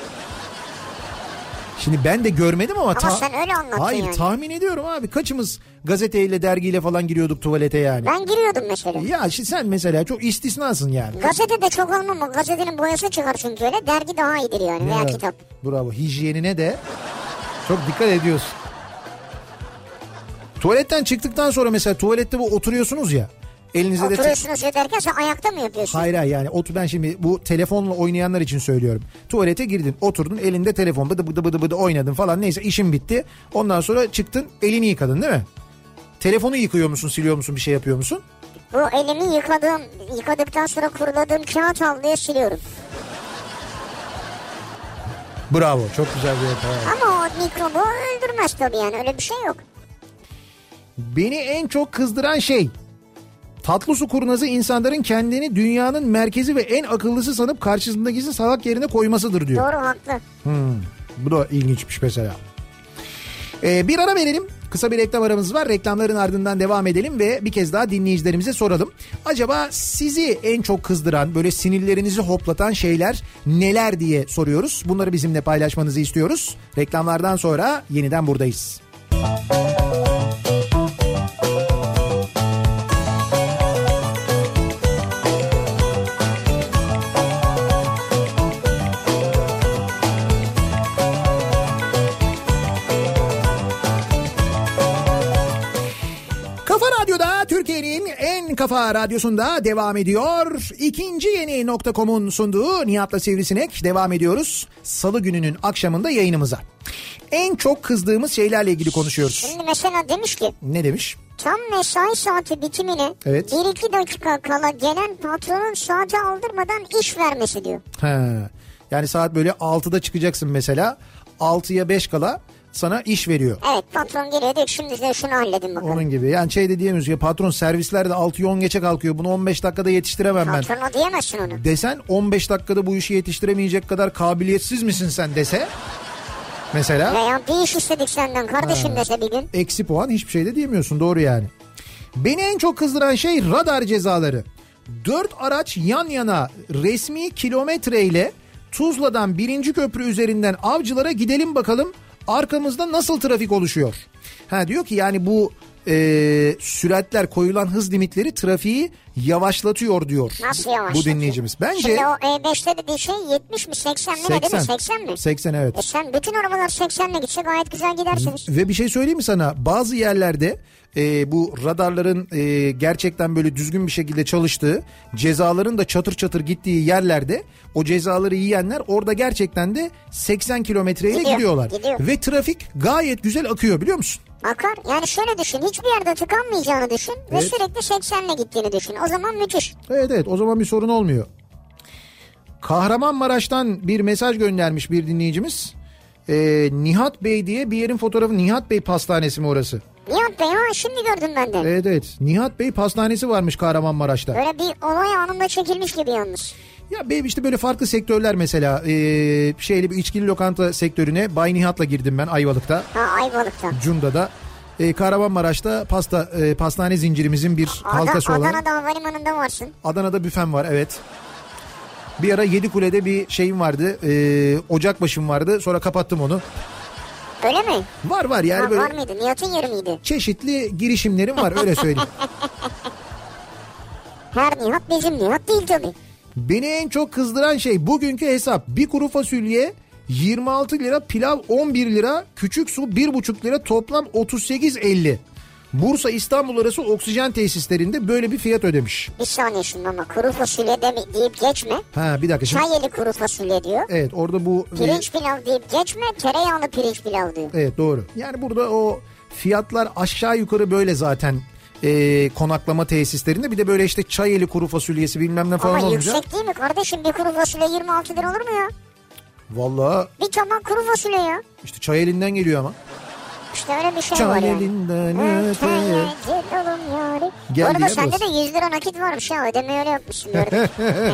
Şimdi ben de görmedim ama... Ama ta- sen öyle anlattın Hayır, yani. tahmin ediyorum abi. Kaçımız gazeteyle, dergiyle falan giriyorduk tuvalete yani. Ben giriyordum mesela. Ya şimdi sen mesela çok istisnasın yani. Gazete de çok almam o. Gazetenin boyası çıkar çünkü öyle. Dergi daha iyidir yani veya Evet, kitap. Bravo. Hijyenine de çok dikkat ediyorsun. Tuvaletten çıktıktan sonra mesela tuvalette bu oturuyorsunuz ya. Elinizde Oturuyorsunuz de ya derken sen ayakta mı yapıyorsun? Hayır hayır yani otur, ben şimdi bu telefonla oynayanlar için söylüyorum. Tuvalete girdin, oturdun, elinde telefon, bıdı bıdı bıdı bıdı oynadın falan, neyse işin bitti. Ondan sonra çıktın, elini yıkadın değil mi? Telefonu yıkıyor musun, siliyor musun, bir şey yapıyor musun? Bu elimi yıkadığım, yıkadıktan sonra kuruladığım kağıt havluya siliyorum. Bravo, çok güzel bir hata. Ama o mikrobu öldürmez tabii yani, öyle bir şey yok. Beni en çok kızdıran şey, tatlı su kurnazı insanların kendini dünyanın merkezi ve en akıllısı sanıp karşısındaki salak yerine koymasıdır diyor. Doğru, haklı. Hmm, bu da ilginçmiş mesela. Ee, bir ara verelim. Kısa bir reklam aramız var. Reklamların ardından devam edelim ve bir kez daha dinleyicilerimize soralım. Acaba sizi en çok kızdıran, böyle sinirlerinizi hoplatan şeyler neler diye soruyoruz. Bunları bizimle paylaşmanızı istiyoruz. Reklamlardan sonra yeniden buradayız. Türkiye'nin en kafa radyosunda devam ediyor. İkinci yeni nokta com'un sunduğu Nihat'la Sivrisinek devam ediyoruz. Salı gününün akşamında yayınımıza. En çok kızdığımız şeylerle ilgili konuşuyoruz. Şimdi mesela demiş ki. Ne demiş? Tam mesai saati bitimine evet. bir iki dakika kala gelen patronun saate aldırmadan iş vermesi diyor. He. Yani saat böyle altıda çıkacaksın mesela. altıya beş kala sana iş veriyor. Evet, patron geliyor diyor şimdi de şunu halledin bakalım. Onun gibi yani şey de diyemiyoruz ya, patron servislerde altıya on geçe kalkıyor, bunu on beş dakikada yetiştiremem ben. Patrona diyemezsin onu. Desen on beş dakikada bu işi yetiştiremeyecek kadar kabiliyetsiz misin sen dese mesela. Veya bir iş istedik senden kardeşim ha. dese bir gün. Eksi puan, hiçbir şey de diyemiyorsun, doğru yani. Beni en çok kızdıran şey radar cezaları. Dört araç yan yana resmi kilometreyle Tuzla'dan birinci köprü üzerinden Avcılar'a gidelim bakalım. Arkamızda nasıl trafik oluşuyor? Ha diyor ki yani bu e, süratler, koyulan hız limitleri trafiği yavaşlatıyor diyor. Nasıl yavaşlatıyor? Bu dinleyicimiz. Bence şimdi o E beşte dediği şey yetmiş mi seksen mi ne değil mi? seksen mi? seksen evet. E sen bütün arabalar seksenle gitse gayet güzel gidersiniz. Ve bir şey söyleyeyim mi sana? Bazı yerlerde e, bu radarların e, gerçekten böyle düzgün bir şekilde çalıştığı, cezaların da çatır çatır gittiği yerlerde o cezaları yiyenler orada gerçekten de seksen kilometreyle Gidiyor, gidiyorlar. gidiyor. Ve trafik gayet güzel akıyor, biliyor musun? Akar. Yani şöyle düşün, hiçbir yerde tıkanmayacağını düşün evet. Ve sürekli seksenle gittiğini düşün. O zaman müthiş. Evet evet, o zaman bir sorun olmuyor. Kahramanmaraş'tan bir mesaj göndermiş bir dinleyicimiz. Ee, Nihat Bey diye bir yerin fotoğrafı. Nihat Bey Pastanesi mi orası? Nihat Bey, ha şimdi gördüm ben de. Evet evet, Nihat Bey Pastanesi varmış Kahramanmaraş'ta. Böyle bir olay anında çekilmiş gibi yalnız. Ya benim işte böyle farklı sektörler mesela e, şeyli bir içkili lokanta sektörüne Bay Nihat'la girdim ben Ayvalık'ta. Ha, Ayvalık'ta. Cunda'da. E, Kahramanmaraş'ta pasta e, pastane zincirimizin bir Ada, halkası olan. Adana'da havalimanında varsın. Adana'da büfem var evet. Bir ara Yedikule'de bir şeyim vardı. E, ocakbaşım vardı. Sonra kapattım onu. Öyle mi? Var var yani ha, böyle. Var mıydı? Nihat'ın yeri miydi? Çeşitli girişimlerim var öyle söyleyeyim. Her Nihat bizim Nihat değil tabii. Beni en çok kızdıran şey bugünkü hesap. Bir kuru fasulye yirmi altı lira, pilav on bir lira, küçük su bir buçuk lira, toplam otuz sekiz elli. Bursa İstanbul arası oksijen tesislerinde böyle bir fiyat ödemiş. Bir saniye şimdi ama kuru fasulye de deyip geçme. Ha bir dakika şimdi. Çayeli kuru fasulye diyor. Evet orada bu. Pirinç pilav deyip geçme, tereyağlı pirinç pilav diyor. Evet doğru. Yani burada o fiyatlar aşağı yukarı böyle zaten. E, konaklama tesislerinde bir de böyle işte çayeli kuru fasulyesi bilmem ne falan ama olunca. Ama yüksek değil mi kardeşim, bir kuru fasulye yirmi altı lira olur mu ya? Vallahi. Bir tabak kuru fasulye ya. İşte çay elinden geliyor ama. İşte öyle bir şey çay var ya. Çay elinden öteye. Bu arada sende de yüz lira nakit varmış ya, ödemeyi öyle yapmışsın gördüm.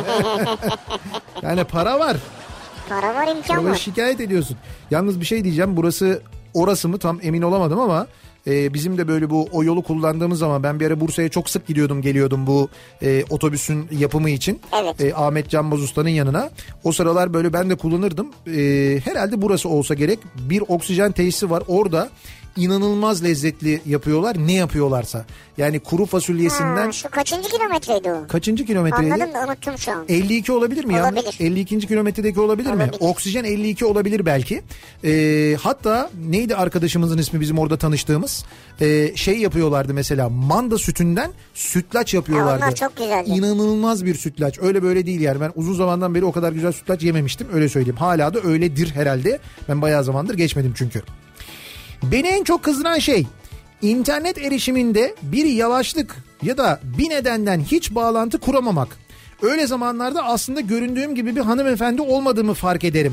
Yani para var. Para var, imkan Sonra var. Şikayet ediyorsun. Yalnız bir şey diyeceğim, burası orası mı tam emin olamadım ama e, bizim de böyle bu o yolu kullandığımız zaman ben bir ara Bursa'ya çok sık gidiyordum geliyordum bu e, otobüsün yapımı için. Evet. E, Ahmet Canbaz Usta'nın yanına. O sıralar böyle ben de kullanırdım. E, herhalde burası olsa gerek, bir oksijen tesisi var orada. İnanılmaz lezzetli yapıyorlar ne yapıyorlarsa. Yani kuru fasulyesinden. Ha, şu kaçıncı kilometreydi o? Kaçıncı kilometreydi? Anladım da unuttum şu an. elli iki olabilir mi? Olabilir. Yanlış. elli ikinci kilometredeki olabilir, olabilir mi? Oksijen elli iki olabilir belki. Ee, hatta neydi arkadaşımızın ismi bizim orada tanıştığımız? Ee, şey yapıyorlardı mesela, manda sütünden sütlaç yapıyorlardı. Ya onlar çok güzeldi. İnanılmaz bir sütlaç. Öyle böyle değil yani. Ben uzun zamandan beri o kadar güzel sütlaç yememiştim. Öyle söyleyeyim. Hala da öyledir herhalde. Ben bayağı zamandır geçmedim çünkü. Beni en çok kızdıran şey internet erişiminde bir yavaşlık ya da bir nedenden hiç bağlantı kuramamak. Öyle zamanlarda aslında göründüğüm gibi bir hanımefendi olmadığımı fark ederim.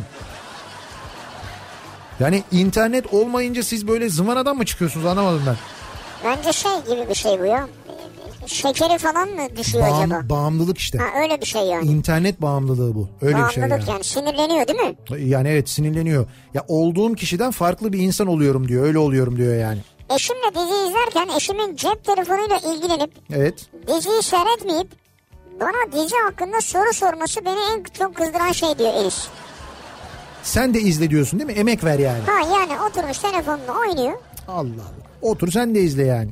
Yani internet olmayınca siz böyle zıvanadan mı çıkıyorsunuz, anlamadım ben. Bence şey gibi bir şey bu ya. Şekeri falan mı düşüyor Bağım, acaba? Bağımlılık işte. Ha, öyle bir şey yani. İnternet bağımlılığı bu. Öyle bağımlılık bir şey yani. Bağımlılık yani, sinirleniyor değil mi? Yani evet, sinirleniyor. Ya olduğum kişiden farklı bir insan oluyorum diyor. Öyle oluyorum diyor yani. Eşimle dizi izlerken eşimin cep telefonuyla ilgilenip evet. diziyi seyretmeyip bana dizi hakkında soru sorması beni en çok kızdıran şey diyor Elis. Sen de izle diyorsun değil mi? Emek ver yani. Ha yani oturmuş telefonla oynuyor. Allah Allah. Otur sen de izle yani.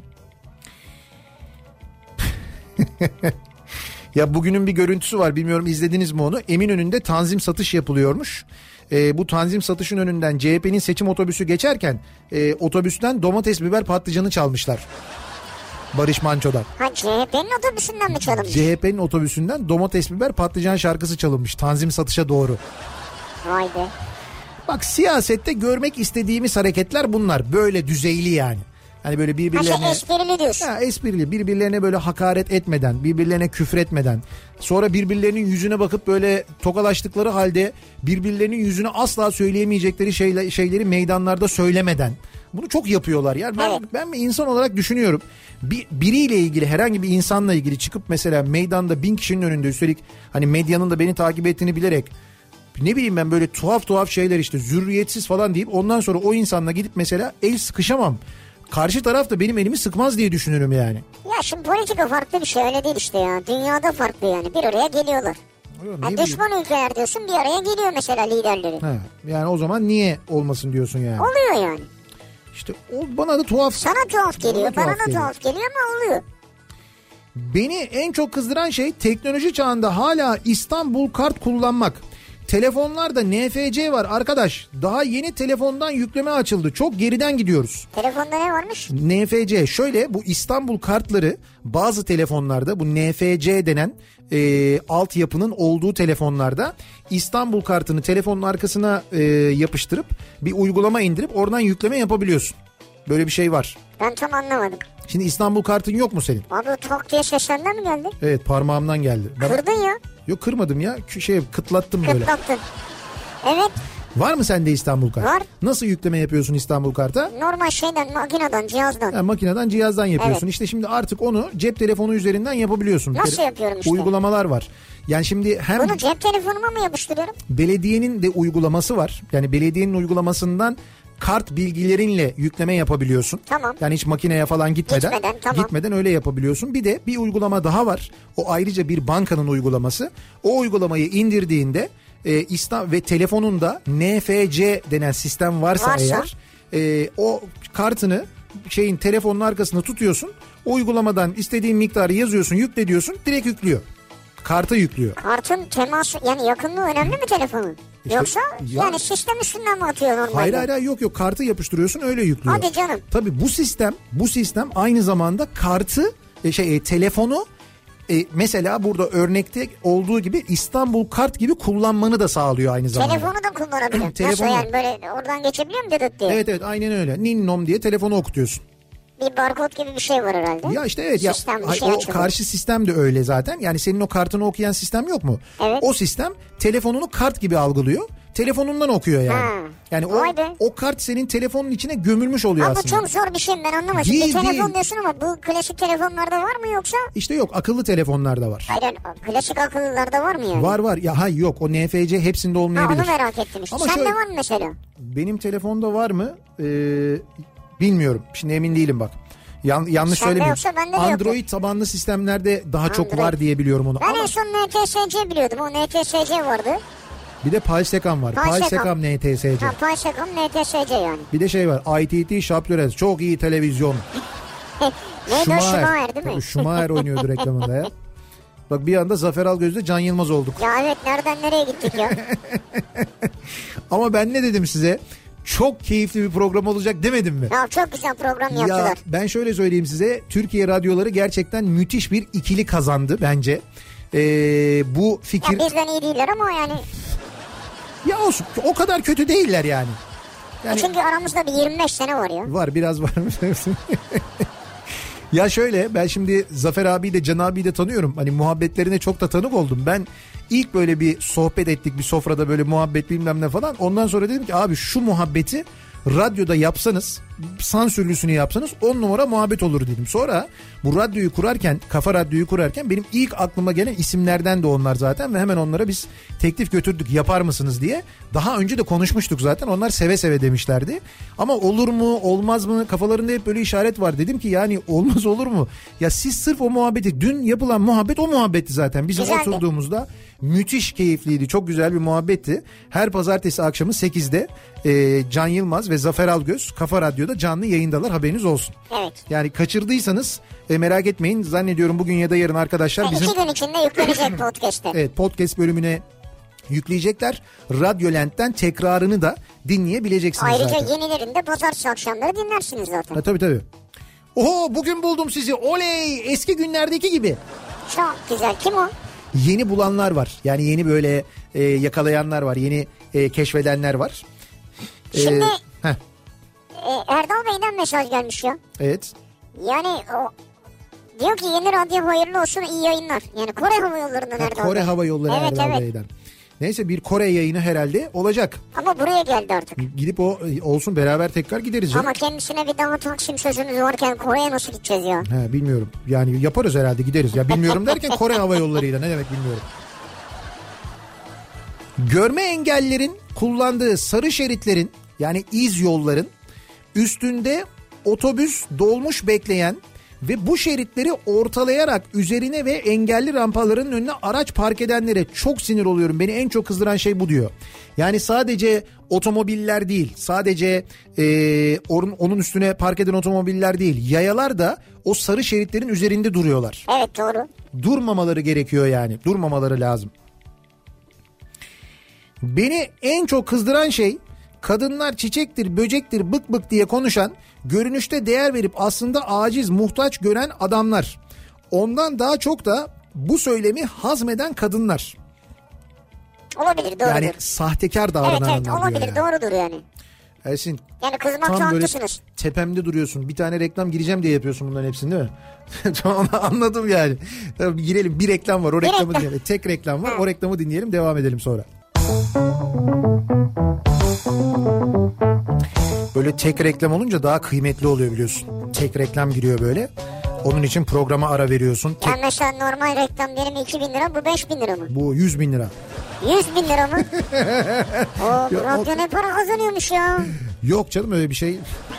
Ya bugünün bir görüntüsü var, bilmiyorum izlediniz mi onu? Eminönü'nde tanzim satış yapılıyormuş. Ee, bu tanzim satışın önünden C H P'nin seçim otobüsü geçerken e, otobüsten domates, biber, patlıcanı çalmışlar. Barış Manço'dan. Ha, C H P'nin otobüsünden mi çalınmış? C H P'nin otobüsünden domates, biber, patlıcan şarkısı çalınmış tanzim satışa doğru. Vay be. Bak, siyasette görmek istediğimiz hareketler bunlar. Böyle düzeyli yani. Hani böyle birbirlerine... Ha, esprili diyorsun. Ha, esprili. Birbirlerine böyle hakaret etmeden, birbirlerine küfretmeden, sonra birbirlerinin yüzüne bakıp böyle tokalaştıkları halde birbirlerinin yüzüne asla söyleyemeyecekleri şeyler, şeyleri meydanlarda söylemeden. Bunu çok yapıyorlar. Yani ben, evet. ben bir insan olarak düşünüyorum. Bir, biriyle ilgili, herhangi bir insanla ilgili çıkıp mesela meydanda bin kişinin önünde, üstelik hani medyanın da beni takip ettiğini bilerek, ne bileyim ben böyle tuhaf tuhaf şeyler işte zürriyetsiz falan deyip ondan sonra o insanla gidip mesela el sıkışamam. Karşı taraf da benim elimi sıkmaz diye düşünürüm yani. Ya şimdi politika farklı bir şey, öyle değil işte ya. Dünyada farklı yani. Bir araya geliyorlar. Yani düşman ülkeler diyorsun, bir araya geliyor mesela liderleri. Ha, yani o zaman niye olmasın diyorsun yani. Oluyor yani. İşte o bana da tuhaf. Sana tuhaf geliyor, bana, bana da tuhaf geliyor ama oluyor. Beni en çok kızdıran şey teknoloji çağında hala İstanbul kart kullanmak. Telefonlarda N F C var arkadaş. Daha yeni telefondan yükleme açıldı. Çok geriden gidiyoruz. Telefonda ne varmış? N F C. Şöyle, bu İstanbul kartları bazı telefonlarda, bu N F C denen e, altyapının olduğu telefonlarda İstanbul kartını telefonun arkasına e, yapıştırıp bir uygulama indirip oradan yükleme yapabiliyorsun. Böyle bir şey var. Ben tam anlamadım. Şimdi İstanbul kartın yok mu senin? Abi tak diye ses senden mi geldi? Evet, parmağımdan geldi. Ben... Kırdın ya. Yok, kırmadım ya. Şey kıtlattım böyle. Kıtlattın. Evet. Var mı sende İstanbul kart? Var. Nasıl yükleme yapıyorsun İstanbul karta? Normal şeyden, makineden, cihazdan. Ha, makineden, cihazdan yapıyorsun. Evet. İşte şimdi artık onu cep telefonu üzerinden yapabiliyorsun. Nasıl Te- yapıyorum işte? Uygulamalar var. Yani şimdi hem... Bunu cep telefonuma mı yapıştırıyorum? Belediyenin de uygulaması var. Yani belediyenin uygulamasından kart bilgilerinle yükleme yapabiliyorsun. Tamam. Yani hiç makineye falan gitmeden. Gitmeden, tamam. Gitmeden öyle yapabiliyorsun. Bir de bir uygulama daha var. O ayrıca bir bankanın uygulaması. O uygulamayı indirdiğinde e, İslam ve telefonunda N F C denen sistem varsa, varsa. eğer e, o kartını şeyin telefonun arkasında tutuyorsun. O uygulamadan istediğin miktarı yazıyorsun, yükle diyorsun, direkt yüklüyor. Karta yüklüyor. Kartın teması, yani yakınlığı önemli mi telefonun? İşte, Yoksa ya, yani sistem üstünden mi atıyor normalde? Hayır hayır yok yok, kartı yapıştırıyorsun, öyle yüklüyor. Hadi canım. Tabii bu sistem bu sistem aynı zamanda kartı şey e, telefonu e, mesela burada örnekte olduğu gibi İstanbul kart gibi kullanmanı da sağlıyor aynı zamanda. Telefonu da kullanabiliyor. Telefonu... Nasıl yani, böyle oradan geçebiliyor mu dedet diye? Evet evet, aynen öyle. Ninnom diye telefonu okutuyorsun. Bir barkod gibi bir şey var herhalde. Ya işte evet sistem, ya şey o açılıyor. Karşı sistem de öyle zaten. Yani senin o kartını okuyan sistem yok mu? Evet. O sistem telefonunu kart gibi algılıyor. Telefonundan okuyor yani. Ha. Yani o, o kart senin telefonun içine gömülmüş oluyor ama aslında. Ama çok zor bir şey, ben anlamadım. Değil, bir telefon değil. diyorsun ama bu klasik telefonlarda var mı yoksa? İşte yok, akıllı telefonlarda var. Hayır, klasik akıllılarda var mı yani? Var var ya, hayır yok, o N F C hepsinde olmayabilir. Ha, onu merak ettim işte. Ama sende şöyle, var mı mesela? Benim telefonda var mı? Ee, bilmiyorum. Şimdi emin değilim bak. Yan, yanlış Sende söylemeyeyim. Android yok. Tabanlı sistemlerde daha Android. Çok var diye biliyorum onu. Ben ama... en son N T S C biliyordum. O N T S C vardı. Bir de Palsekam var. Palsekam N T S C. Ha, Palsekam N T S C yani. Bir de şey var. I T T Şaptörez. Çok iyi televizyon. Neydi o, Schumacher değil mi? Schumacher oynuyordu reklamında ya. Bak bir anda Zafer Algöz'de Can Yılmaz olduk. Ya evet, nereden nereye gittik ya. Ama ben ne dedim size? Çok keyifli bir program olacak demedim mi? Ya çok güzel program yaptılar. Ya ben şöyle söyleyeyim size. Türkiye radyoları gerçekten müthiş bir ikili kazandı bence. Ee, bu fikir... Ya bizden iyi değiller ama yani... Ya olsun, o kadar kötü değiller yani. yani... Çünkü aramızda bir yirmi beş sene var ya. Var, biraz var. Ya şöyle, ben şimdi Zafer abiyi de Can abiyi de tanıyorum. Hani muhabbetlerine çok da tanık oldum. Ben ilk böyle bir sohbet ettik bir sofrada, böyle muhabbet bilmem ne falan. Ondan sonra dedim ki abi şu muhabbeti radyoda yapsanız, sansürlüsünü yapsanız on numara muhabbet olur dedim. Sonra bu radyoyu kurarken, Kafa Radyo'yu kurarken benim ilk aklıma gelen isimlerden de onlar zaten ve hemen onlara biz teklif götürdük, yapar mısınız diye. Daha önce de konuşmuştuk zaten, onlar seve seve demişlerdi. Ama olur mu olmaz mı, kafalarında hep böyle işaret var. Dedim ki yani olmaz olur mu? Ya siz sırf o muhabbeti, dün yapılan muhabbet o muhabbetti zaten. Bizim Güzeldi. Oturduğumuzda müthiş keyifliydi, çok güzel bir muhabbetti. Her pazartesi akşamı sekizde e, Can Yılmaz ve Zafer Algöz Kafa Radyo'da canlı yayındalar, haberiniz olsun. Evet. Yani kaçırdıysanız e, merak etmeyin, zannediyorum bugün ya da yarın arkadaşlar bizim... İki gün içinde yüklenecek podcast'te. Evet, podcast bölümüne yükleyecekler. Radyolent'ten tekrarını da dinleyebileceksiniz Ayrıca zaten. Ayrıca yenilerini de pazartesi akşamları dinlersiniz zaten. Ha, tabii tabii. Oho, bugün buldum sizi, oley, eski günlerdeki gibi. Çok güzel, kim o? Yeni bulanlar var. Yani yeni böyle e, yakalayanlar var. Yeni e, keşfedenler var. Şimdi ee, e, Erdal Bey'den mesaj gelmiş ya. Evet. Yani o diyor ki yeni radyo hayırlı olsun, iyi yayınlar. Yani Kore Hava Yolları'ndan ha, Erdal Kore Bey. Hava Yolları evet, Erdal evet. Bey'den. Neyse, bir Kore yayını herhalde olacak. Ama buraya geldi artık. Gidip o olsun, beraber tekrar gideriz canım. Ama kendisine bir daha Taksim sözümüz varken Kore'ye nasıl gideceğiz ya? He, bilmiyorum. Yani yaparız herhalde, gideriz. Ya bilmiyorum derken Kore Hava Yolları'yla ne demek bilmiyorum. Görme engellilerin kullandığı sarı şeritlerin, yani iz yolların üstünde otobüs, dolmuş bekleyen ve bu şeritleri ortalayarak üzerine ve engelli rampalarının önüne araç park edenlere çok sinir oluyorum. Beni en çok kızdıran şey bu diyor. Yani sadece otomobiller değil, sadece e, onun, onun üstüne park eden otomobiller değil, yayalar da o sarı şeritlerin üzerinde duruyorlar. Evet, doğru. Durmamaları gerekiyor yani, durmamaları lazım. Beni en çok kızdıran şey, kadınlar çiçektir, böcektir, bık bık diye konuşan, görünüşte değer verip aslında aciz, muhtaç gören adamlar. Ondan daha çok da bu söylemi hazmeden kadınlar. Olabilir, doğrudur. Yani sahtekar davrananlar. Evet evet, olabilir, yani. Doğrudur yani. Ersin. Yani kızmakta tam böyle haklısınız. tepemde duruyorsun. Bir tane reklam gireceğim diye yapıyorsun bunların hepsini değil mi? Tamam, anladım yani. Tabii girelim, bir reklam var, o bir reklamı reklam. dinleyelim. Tek reklam var, Hı. o reklamı dinleyelim, devam edelim sonra. Böyle tek reklam olunca daha kıymetli oluyor biliyorsun. Tek reklam giriyor böyle. Onun için programa ara veriyorsun. Tek... Yani mesela normal reklam benim iki bin lira, bu beş bin lira mı? Bu yüz bin lira. yüz bin lira mı? O radyo ne para kazanıyormuş ya. Yok canım öyle bir şey.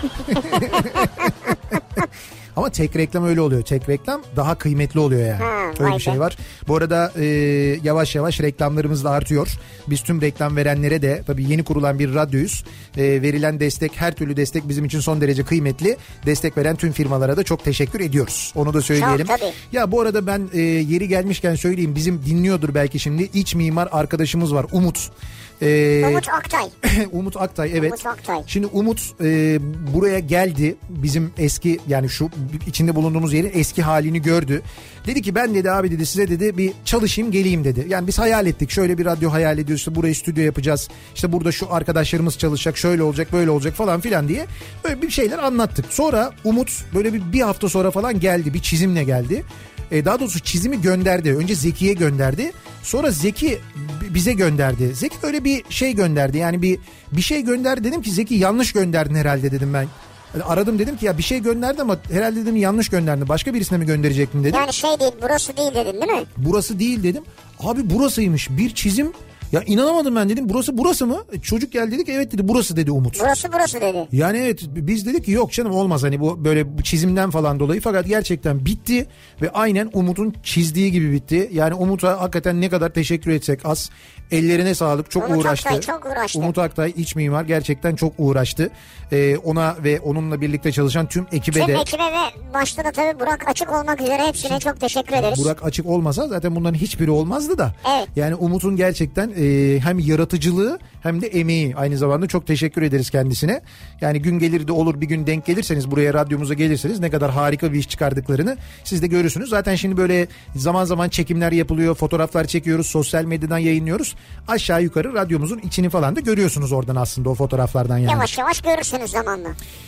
Ama tek reklam öyle oluyor. Tek reklam daha kıymetli oluyor yani. Ha, öyle bir şey var. Bu arada e, yavaş yavaş reklamlarımız da artıyor. Biz tüm reklam verenlere de, tabii yeni kurulan bir radyoyuz. E, verilen destek, her türlü destek bizim için son derece kıymetli. Destek veren tüm firmalara da çok teşekkür ediyoruz. Onu da söyleyelim. Çok, tabii. Ya bu arada ben e, yeri gelmişken söyleyeyim. Bizim dinliyordur belki şimdi. İç mimar arkadaşımız var, Umut. Ee, Umut Aktay. Umut Aktay, evet. Umut Aktay. Şimdi Umut e, buraya geldi. Bizim eski, yani şu içinde bulunduğumuz yerin eski halini gördü. Dedi ki ben dedi abi dedi size dedi bir çalışayım geleyim dedi. Yani biz hayal ettik, şöyle bir radyo hayal ediyoruz, işte burayı stüdyo yapacağız. İşte burada şu arkadaşlarımız çalışacak, şöyle olacak böyle olacak falan filan diye böyle bir şeyler anlattık. Sonra Umut böyle bir, bir hafta sonra falan geldi, bir çizimle geldi. E, daha doğrusu çizimi gönderdi. Önce Zeki'ye gönderdi. Sonra Zeki bize gönderdi. Zeki öyle bir şey gönderdi. Yani bir bir şey gönderdi. Dedim ki Zeki yanlış gönderdin herhalde dedim ben. Yani aradım, dedim ki ya bir şey gönderdi ama herhalde dedim yanlış gönderdi. Başka birisine mi gönderecektin dedim. Yani şey değil, burası değil dedin değil mi? Burası değil dedim. Abi burasıymış. Bir çizim. Ya inanamadım ben, dedim burası burası mı? Çocuk geldi dedik, evet dedi burası dedi Umut. Burası burası dedi. Yani evet, biz dedik ki yok canım olmaz hani bu böyle çizimden falan dolayı, fakat gerçekten bitti ve aynen Umut'un çizdiği gibi bitti. Yani Umut'a hakikaten ne kadar teşekkür etsek az. Ellerine sağlık, çok Umut uğraştı. Aktay çok uğraştı. Umut Aktay iç mimar gerçekten çok uğraştı. Ee, ona ve onunla birlikte çalışan tüm ekibe tüm de. Tüm ekibe ve başta da tabii Burak Açık olmak üzere hepsine çok teşekkür ederiz. Burak Açık olmasa zaten bunların hiçbiri olmazdı da. Evet. Yani Umut'un gerçekten e, hem yaratıcılığı hem de emeği, aynı zamanda çok teşekkür ederiz kendisine. Yani gün gelir de olur, bir gün denk gelirseniz buraya, radyomuza gelirseniz ne kadar harika bir iş çıkardıklarını siz de görürsünüz. Zaten şimdi böyle zaman zaman çekimler yapılıyor, fotoğraflar çekiyoruz, sosyal medyadan yayınlıyoruz. Aşağı yukarı radyomuzun içini falan da görüyorsunuz oradan aslında, o fotoğraflardan yani. Yavaş yavaş görürsünüz zamanla.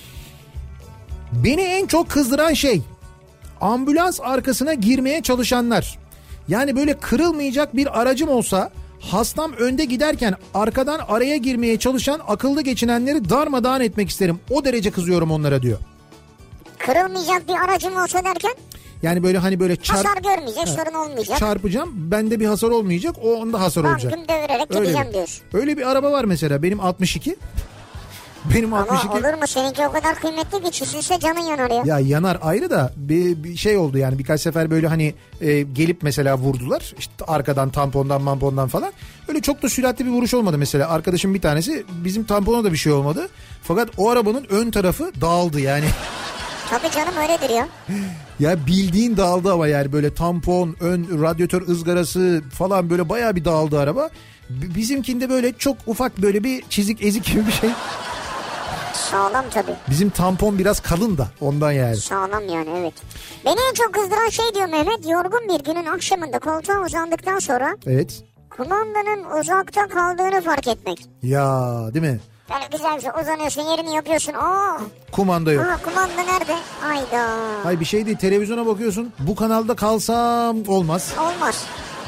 Beni en çok kızdıran şey ambulans arkasına girmeye çalışanlar. Yani böyle kırılmayacak bir aracım olsa hastam önde giderken arkadan araya girmeye çalışan akıllı geçinenleri darmadağın etmek isterim. O derece kızıyorum onlara diyor. Kırılmayacak bir aracım olsa derken? Yani böyle hani böyle çarp... Hasar görmeyecek, evet, sorun olmayacak. Çarpacağım, bende bir hasar olmayacak, o onda hasar Bam, olacak. Tüm devirerek öyle gideceğim bir, diyorsun. Öyle bir araba var mesela, benim altmış iki. Benim ama altmış iki. olur mu, seninki o kadar kıymetli ki çizilse canın yanar ya. Ya yanar ayrı da bir, bir şey oldu yani, birkaç sefer böyle hani e, gelip mesela vurdular işte arkadan, tampondan mampondan falan. Öyle çok da süratli bir vuruş olmadı mesela. Arkadaşım bir tanesi, bizim tampona da bir şey olmadı. Fakat o arabanın ön tarafı dağıldı yani. Tabii canım, öyledir ya. Ya bildiğin dağıldı ama yani böyle tampon, ön radyatör ızgarası falan böyle bayağı bir dağıldı araba. B- bizimkinde böyle çok ufak böyle bir çizik ezik gibi bir şey. Sağlam tabii. Bizim tampon biraz kalın da ondan yani. Sağlam yani, evet. Beni en çok kızdıran şey diyor Mehmet, yorgun bir günün akşamında koltuğa uzandıktan sonra Evet. kumandanın uzakta kaldığını fark etmek. Ya değil mi? Böyle güzel bir şey, uzanıyorsun, yerini yapıyorsun. Oh. Kumanda yok. Aa, kumanda nerede? Hayda. Hayır bir şey değil, televizyona bakıyorsun, bu kanalda kalsam olmaz. Olmaz.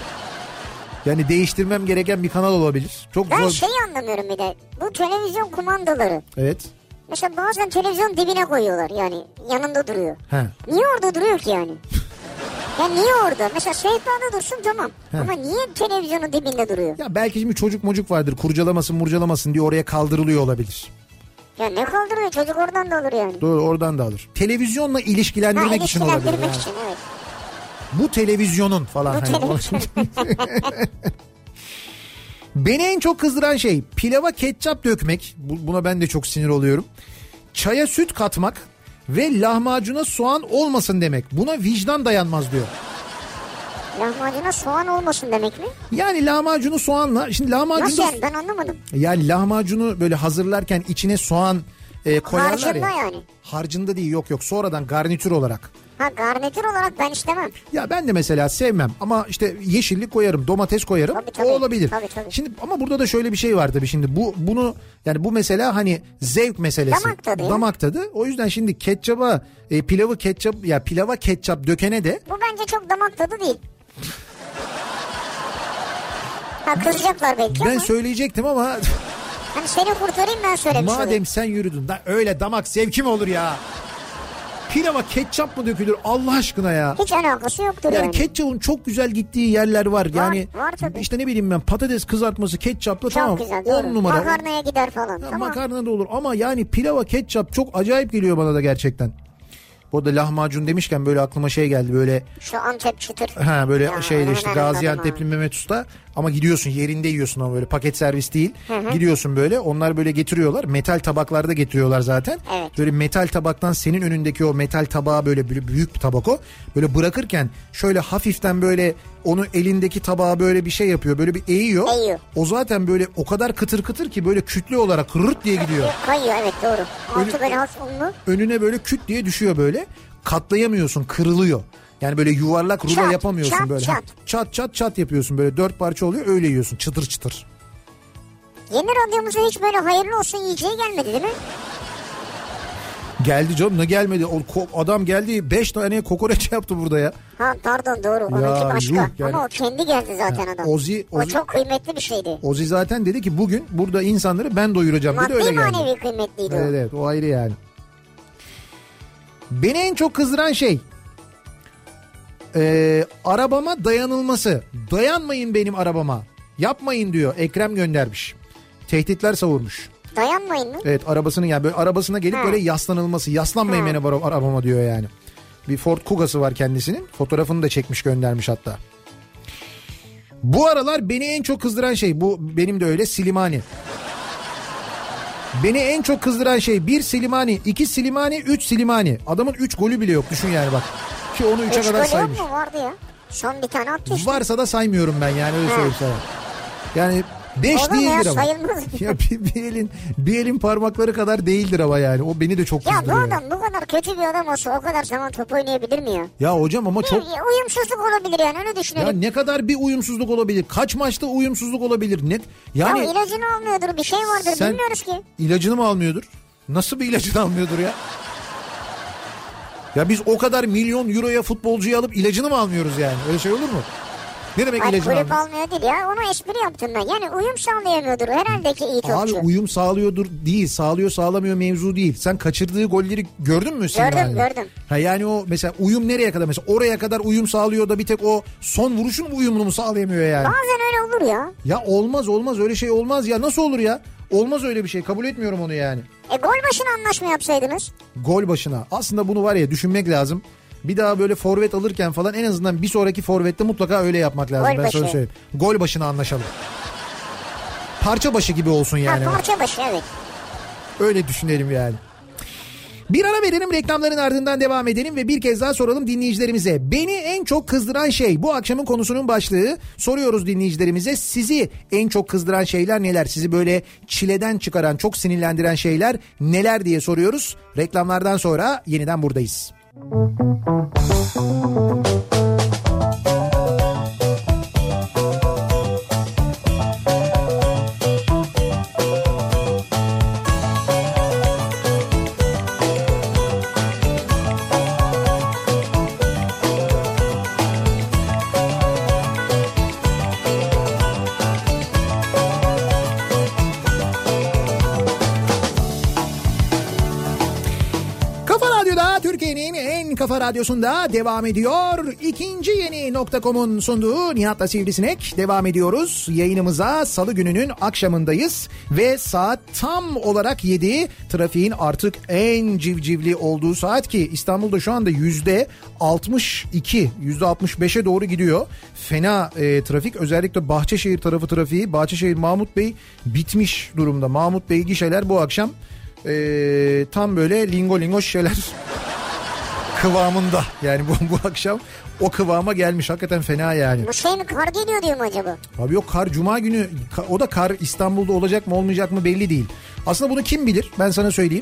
Yani değiştirmem gereken bir kanal olabilir. Çok Ben zor. şeyi anlamıyorum bir de, bu televizyon kumandaları. Evet. Mesela bazen televizyon dibine koyuyorlar, yani yanında duruyor. He. Niye orada duruyor ki yani? Ya niye orada? Mesela sehpada dursun tamam. He. Ama niye televizyonun dibinde duruyor? Ya belki şimdi çocuk mocuk vardır, kurcalamasın murcalamasın diye oraya kaldırılıyor olabilir. Ya ne kaldırıyor, çocuk oradan da alır yani. Doğru, oradan da alır. Televizyonla ilişkilendirmek, ha, için olabilir. İlişkilendirmek yani. için, evet. Bu televizyonun falan. Bu hani. televizyon. Beni en çok kızdıran şey pilava ketçap dökmek. Buna ben de çok sinir oluyorum. Çaya süt katmak ve lahmacuna soğan olmasın demek. Buna vicdan dayanmaz diyor. Lahmacuna soğan olmasın demek mi? Yani lahmacunu soğanla. Şimdi lahmacunda... Nasıl yani, ben anlamadım. Yani lahmacunu böyle hazırlarken içine soğan e, koyarlar harcında ya. yani. Harcında değil, yok yok, sonradan garnitür olarak. Ha, garnitür olarak ben istemem. Ya ben de mesela sevmem ama işte yeşillik koyarım, domates koyarım, tabii, tabii. o olabilir. Tabii, tabii. Şimdi ama burada da şöyle bir şey var tabii, şimdi bu bunu yani bu mesela hani zevk meselesi. Damak tadı. Damak tadı. O yüzden şimdi ketçaba e, pilavı ketçap ya pilava ketçap dökene de. Bu bence çok damak tadı değil. Ha, kızacaklar belki Ben ama. söyleyecektim ama. Hani seni kurtarayım, ben söylemiş Madem olayım. sen yürüdün da öyle damak zevki mi olur ya? Pilava ketçap mı dökülür Allah aşkına ya? Hiç alakası yoktur yani. Yani ketçapın çok güzel gittiği yerler var. Yani var tabii. işte ne bileyim ben, patates kızartması ketçapla, çok tamam. güzel, doğru. on numara. Makarnaya gider falan. Ya, tamam. makarna da olur ama yani pilava ketçap çok acayip geliyor bana da gerçekten. Bu da lahmacun demişken böyle aklıma şey geldi, böyle. Şu Antep çıtır. Ha böyle ya, şeyde işte Gaziantep'li tadına. Mehmet Usta, ama gidiyorsun yerinde yiyorsun ama böyle paket servis değil. Hı hı. Gidiyorsun böyle, onlar böyle getiriyorlar, metal tabaklarda getiriyorlar zaten. Evet. Böyle metal tabaktan senin önündeki o metal tabağı, böyle, böyle büyük bir tabak o. Böyle bırakırken şöyle hafiften böyle onu elindeki tabağa böyle bir şey yapıyor, böyle bir eğiyor. Eğiyor. O zaten böyle o kadar kıtır kıtır ki böyle kütle olarak rırt diye gidiyor. Kayıyor, evet doğru. Altı Önü- böyle hafif unlu. Önüne böyle küt diye düşüyor böyle. Katlayamıyorsun, kırılıyor. Yani böyle yuvarlak rulo Çat, yapamıyorsun çat, böyle. çat. Ha, çat çat çat yapıyorsun böyle, dört parça oluyor, öyle yiyorsun çıtır çıtır. Yeni radyomuza hiç böyle hayırlı olsun yiyeceği gelmedi değil mi? Geldi canım, ne gelmedi? O ko- adam geldi beş tane kokoreç yaptı burada ya. Ha pardon, doğru. Onunki Ya, başka. yuh yani. Ama o kendi geldi zaten adam. Ozi, O Ozi, çok kıymetli bir şeydi. Ozi zaten dedi ki bugün burada insanları ben doyuracağım dedi, öyle Maddi geldi. manevi kıymetliydi Evet o. evet, o ayrı yani. Beni en çok kızdıran şey Ee, arabama dayanılması. Dayanmayın benim arabama. Yapmayın diyor. Ekrem göndermiş. Tehditler savurmuş. Dayanmayın mı? Evet, arabasının yani böyle arabasına gelip Ha. böyle yaslanılması. Yaslanmayın Ha. benim ara- arabama diyor yani. Bir Ford Kuga'sı var kendisinin. Fotoğrafını da çekmiş, göndermiş hatta. Bu aralar beni en çok kızdıran şey, bu benim de öyle, Slimani. Beni en çok kızdıran şey bir Slimani, iki Slimani, üç Slimani. Adamın üç golü bile yok, düşün yani bak. Ki onu üçe Üç kadar golü saymış. yok mu? Vardı ya. Son bir tane attı işte. Varsa da saymıyorum ben yani, öyle Ha. söyleyeyim sana. Yani beş Olur mu ya, değildir ama. sayılmaz. Ya bir, bir elin bir elin parmakları kadar değildir ama yani. O beni de çok Ya bu kızdırıyor. adam bu kadar kötü bir adam olsa o kadar zaman top oynayabilir mi ya? Ya hocam ama çok... Bir uyumsuzluk olabilir yani, öyle Ya düşünelim. ne kadar bir uyumsuzluk olabilir? Kaç maçta uyumsuzluk olabilir? Ne? Yani Ya ilacını almıyordur, bir şey vardır, sen bilmiyoruz ki. ilacını mı almıyordur? Nasıl bir ilacını almıyordur ya? Ya biz o kadar milyon euroya futbolcuyu alıp ilacını mı almıyoruz yani? Öyle şey olur mu? Ne demek Hayır, ilacını kulüp almıyor? almıyor değil ya, ona espri yaptım ben. Yani uyum sağlayamıyordur herhalde ki iyi Abi topçu. uyum sağlıyordur değil, sağlıyor sağlamıyor mevzu değil. Sen kaçırdığı golleri gördün mü Slimani'de? gördüm. Ha yani o mesela uyum nereye kadar, mesela oraya kadar uyum sağlıyor da bir tek o son vuruşun uyumunu mu sağlayamıyor yani? Bazen öyle olur ya. Ya olmaz olmaz, öyle şey olmaz ya, nasıl olur ya? Olmaz öyle bir şey, kabul etmiyorum onu yani. E gol başına anlaşma yapsaydınız. Gol başına aslında bunu var ya, düşünmek lazım. Bir daha böyle forvet alırken falan en azından bir sonraki forvette mutlaka öyle yapmak lazım. Gol ben başı. sana söyleyeyim. Gol başına anlaşalım. Parça başı gibi olsun yani. Ha, parça başı, evet. Öyle düşünelim yani. Bir ara verelim, reklamların ardından devam edelim ve bir kez daha soralım dinleyicilerimize. Beni en çok kızdıran şey, bu akşamın konusunun başlığı. Soruyoruz dinleyicilerimize, sizi en çok kızdıran şeyler neler? Sizi böyle çileden çıkaran, çok sinirlendiren şeyler neler diye soruyoruz. Reklamlardan sonra yeniden buradayız. Kafa Radyosu'nda devam ediyor. İkinci yeni nokta com'un sunduğu Nihat'la Sivrisinek devam ediyoruz. Yayınımıza salı gününün akşamındayız ve saat tam olarak yedi. Trafiğin artık en civcivli olduğu saat ki İstanbul'da şu anda yüzde altmış iki, yüzde altmış beşe doğru gidiyor. Fena e, trafik, özellikle Bahçeşehir tarafı trafiği. Bahçeşehir Mahmut Bey bitmiş durumda. Mahmut Bey gişeler bu akşam e, tam böyle lingo lingo şişeler kıvamında. Yani bu, bu akşam o kıvama gelmiş. Hakikaten fena yani. Bu şey mi, kar geliyor diyor mu acaba? Abi yok, kar cuma günü, o da kar İstanbul'da olacak mı olmayacak mı belli değil. Aslında bunu kim bilir, ben sana söyleyeyim.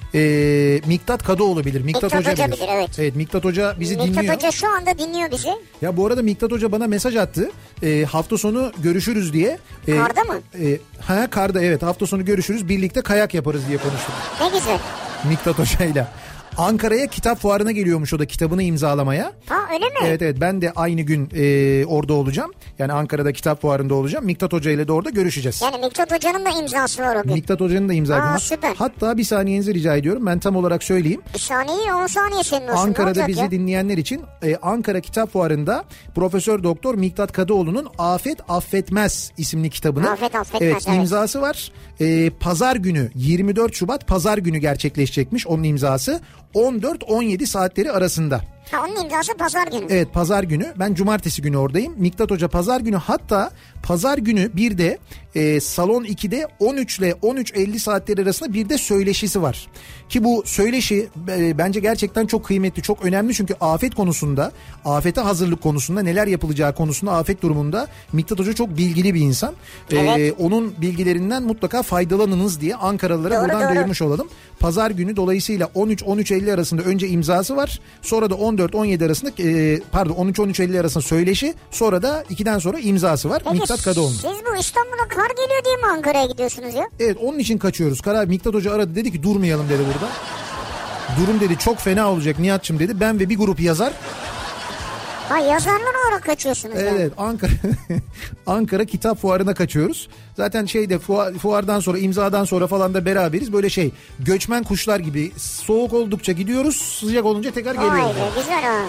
Ee, Miktat Kadıoğlu bilir. Miktat, Miktat Hoca, Hoca bilir. bilir, evet. Evet, Miktat Hoca bizi Miktat dinliyor. Miktat Hoca şu anda dinliyor bizi. Ya bu arada Miktat Hoca bana mesaj attı. Ee, hafta sonu görüşürüz diye. Ee, Karda mı? E, ha karda evet, hafta sonu görüşürüz, birlikte kayak yaparız diye konuştuk. Ne güzel. Miktat Hoca'yla. Ankara'ya kitap fuarına geliyormuş o da, kitabını imzalamaya. Ha öyle mi? Evet evet, ben de aynı gün e, orada olacağım. Yani Ankara'da kitap fuarında olacağım. Miktat Hoca ile de orada görüşeceğiz. Yani Miktat Hoca'nın da imzası var o gün. Miktat Hoca'nın da imzası var. Süper. Hatta bir saniyenizi rica ediyorum, ben tam olarak söyleyeyim. Bir saniye on saniye senin olsun. Ankara'da bizi ya? dinleyenler için e, Ankara Kitap Fuarı'nda Profesör Doktor Miktat Kadıoğlu'nun Afet Affetmez isimli kitabını. Afet Affetmez, evet, evet. imzası var. E, Pazar günü, yirmi dört Şubat Pazar günü gerçekleşecekmiş onun imzası. on dört on yedi saatleri arasında. Ha, onun imzası pazar günü. Evet, pazar günü. Ben cumartesi günü oradayım. Miktat Hoca pazar günü, hatta pazar günü bir de e, salon ikide on üç ile on üç elli saatleri arasında bir de söyleşisi var. Ki bu söyleşi e, bence gerçekten çok kıymetli, çok önemli, çünkü afet konusunda, afete hazırlık konusunda, neler yapılacağı konusunda, afet durumunda Miktat Hoca çok bilgili bir insan. Evet. E, onun bilgilerinden mutlaka faydalanınız diye Ankaralılara doğru, buradan doğru. duyurmuş olalım. Pazar günü dolayısıyla on üç on üç elli arasında önce imzası var. Sonra da on dört on yedi arasında e, pardon on üç on üç elli arasında söyleşi, sonra da ikiden sonra imzası var. Peki, Miktat Kadıoğlu. siz bu İstanbul'a kar geliyor diye mi Ankara'ya gidiyorsunuz ya? Evet, onun için kaçıyoruz. Karar Miktat Hoca aradı, dedi ki durmayalım dedi burada. Durum dedi çok fena olacak Nihat'cığım dedi. Ben ve bir grup yazar. Ha, yazarlar olarak kaçıyorsunuz Evet, yani. evet, Ankara Ankara Kitap Fuarı'na kaçıyoruz. Zaten şeyde fuar, fuardan sonra, imzadan sonra falan da beraberiz. Böyle şey, göçmen kuşlar gibi soğuk oldukça gidiyoruz, sıcak olunca tekrar geliyoruz. Vay be, güzel ha.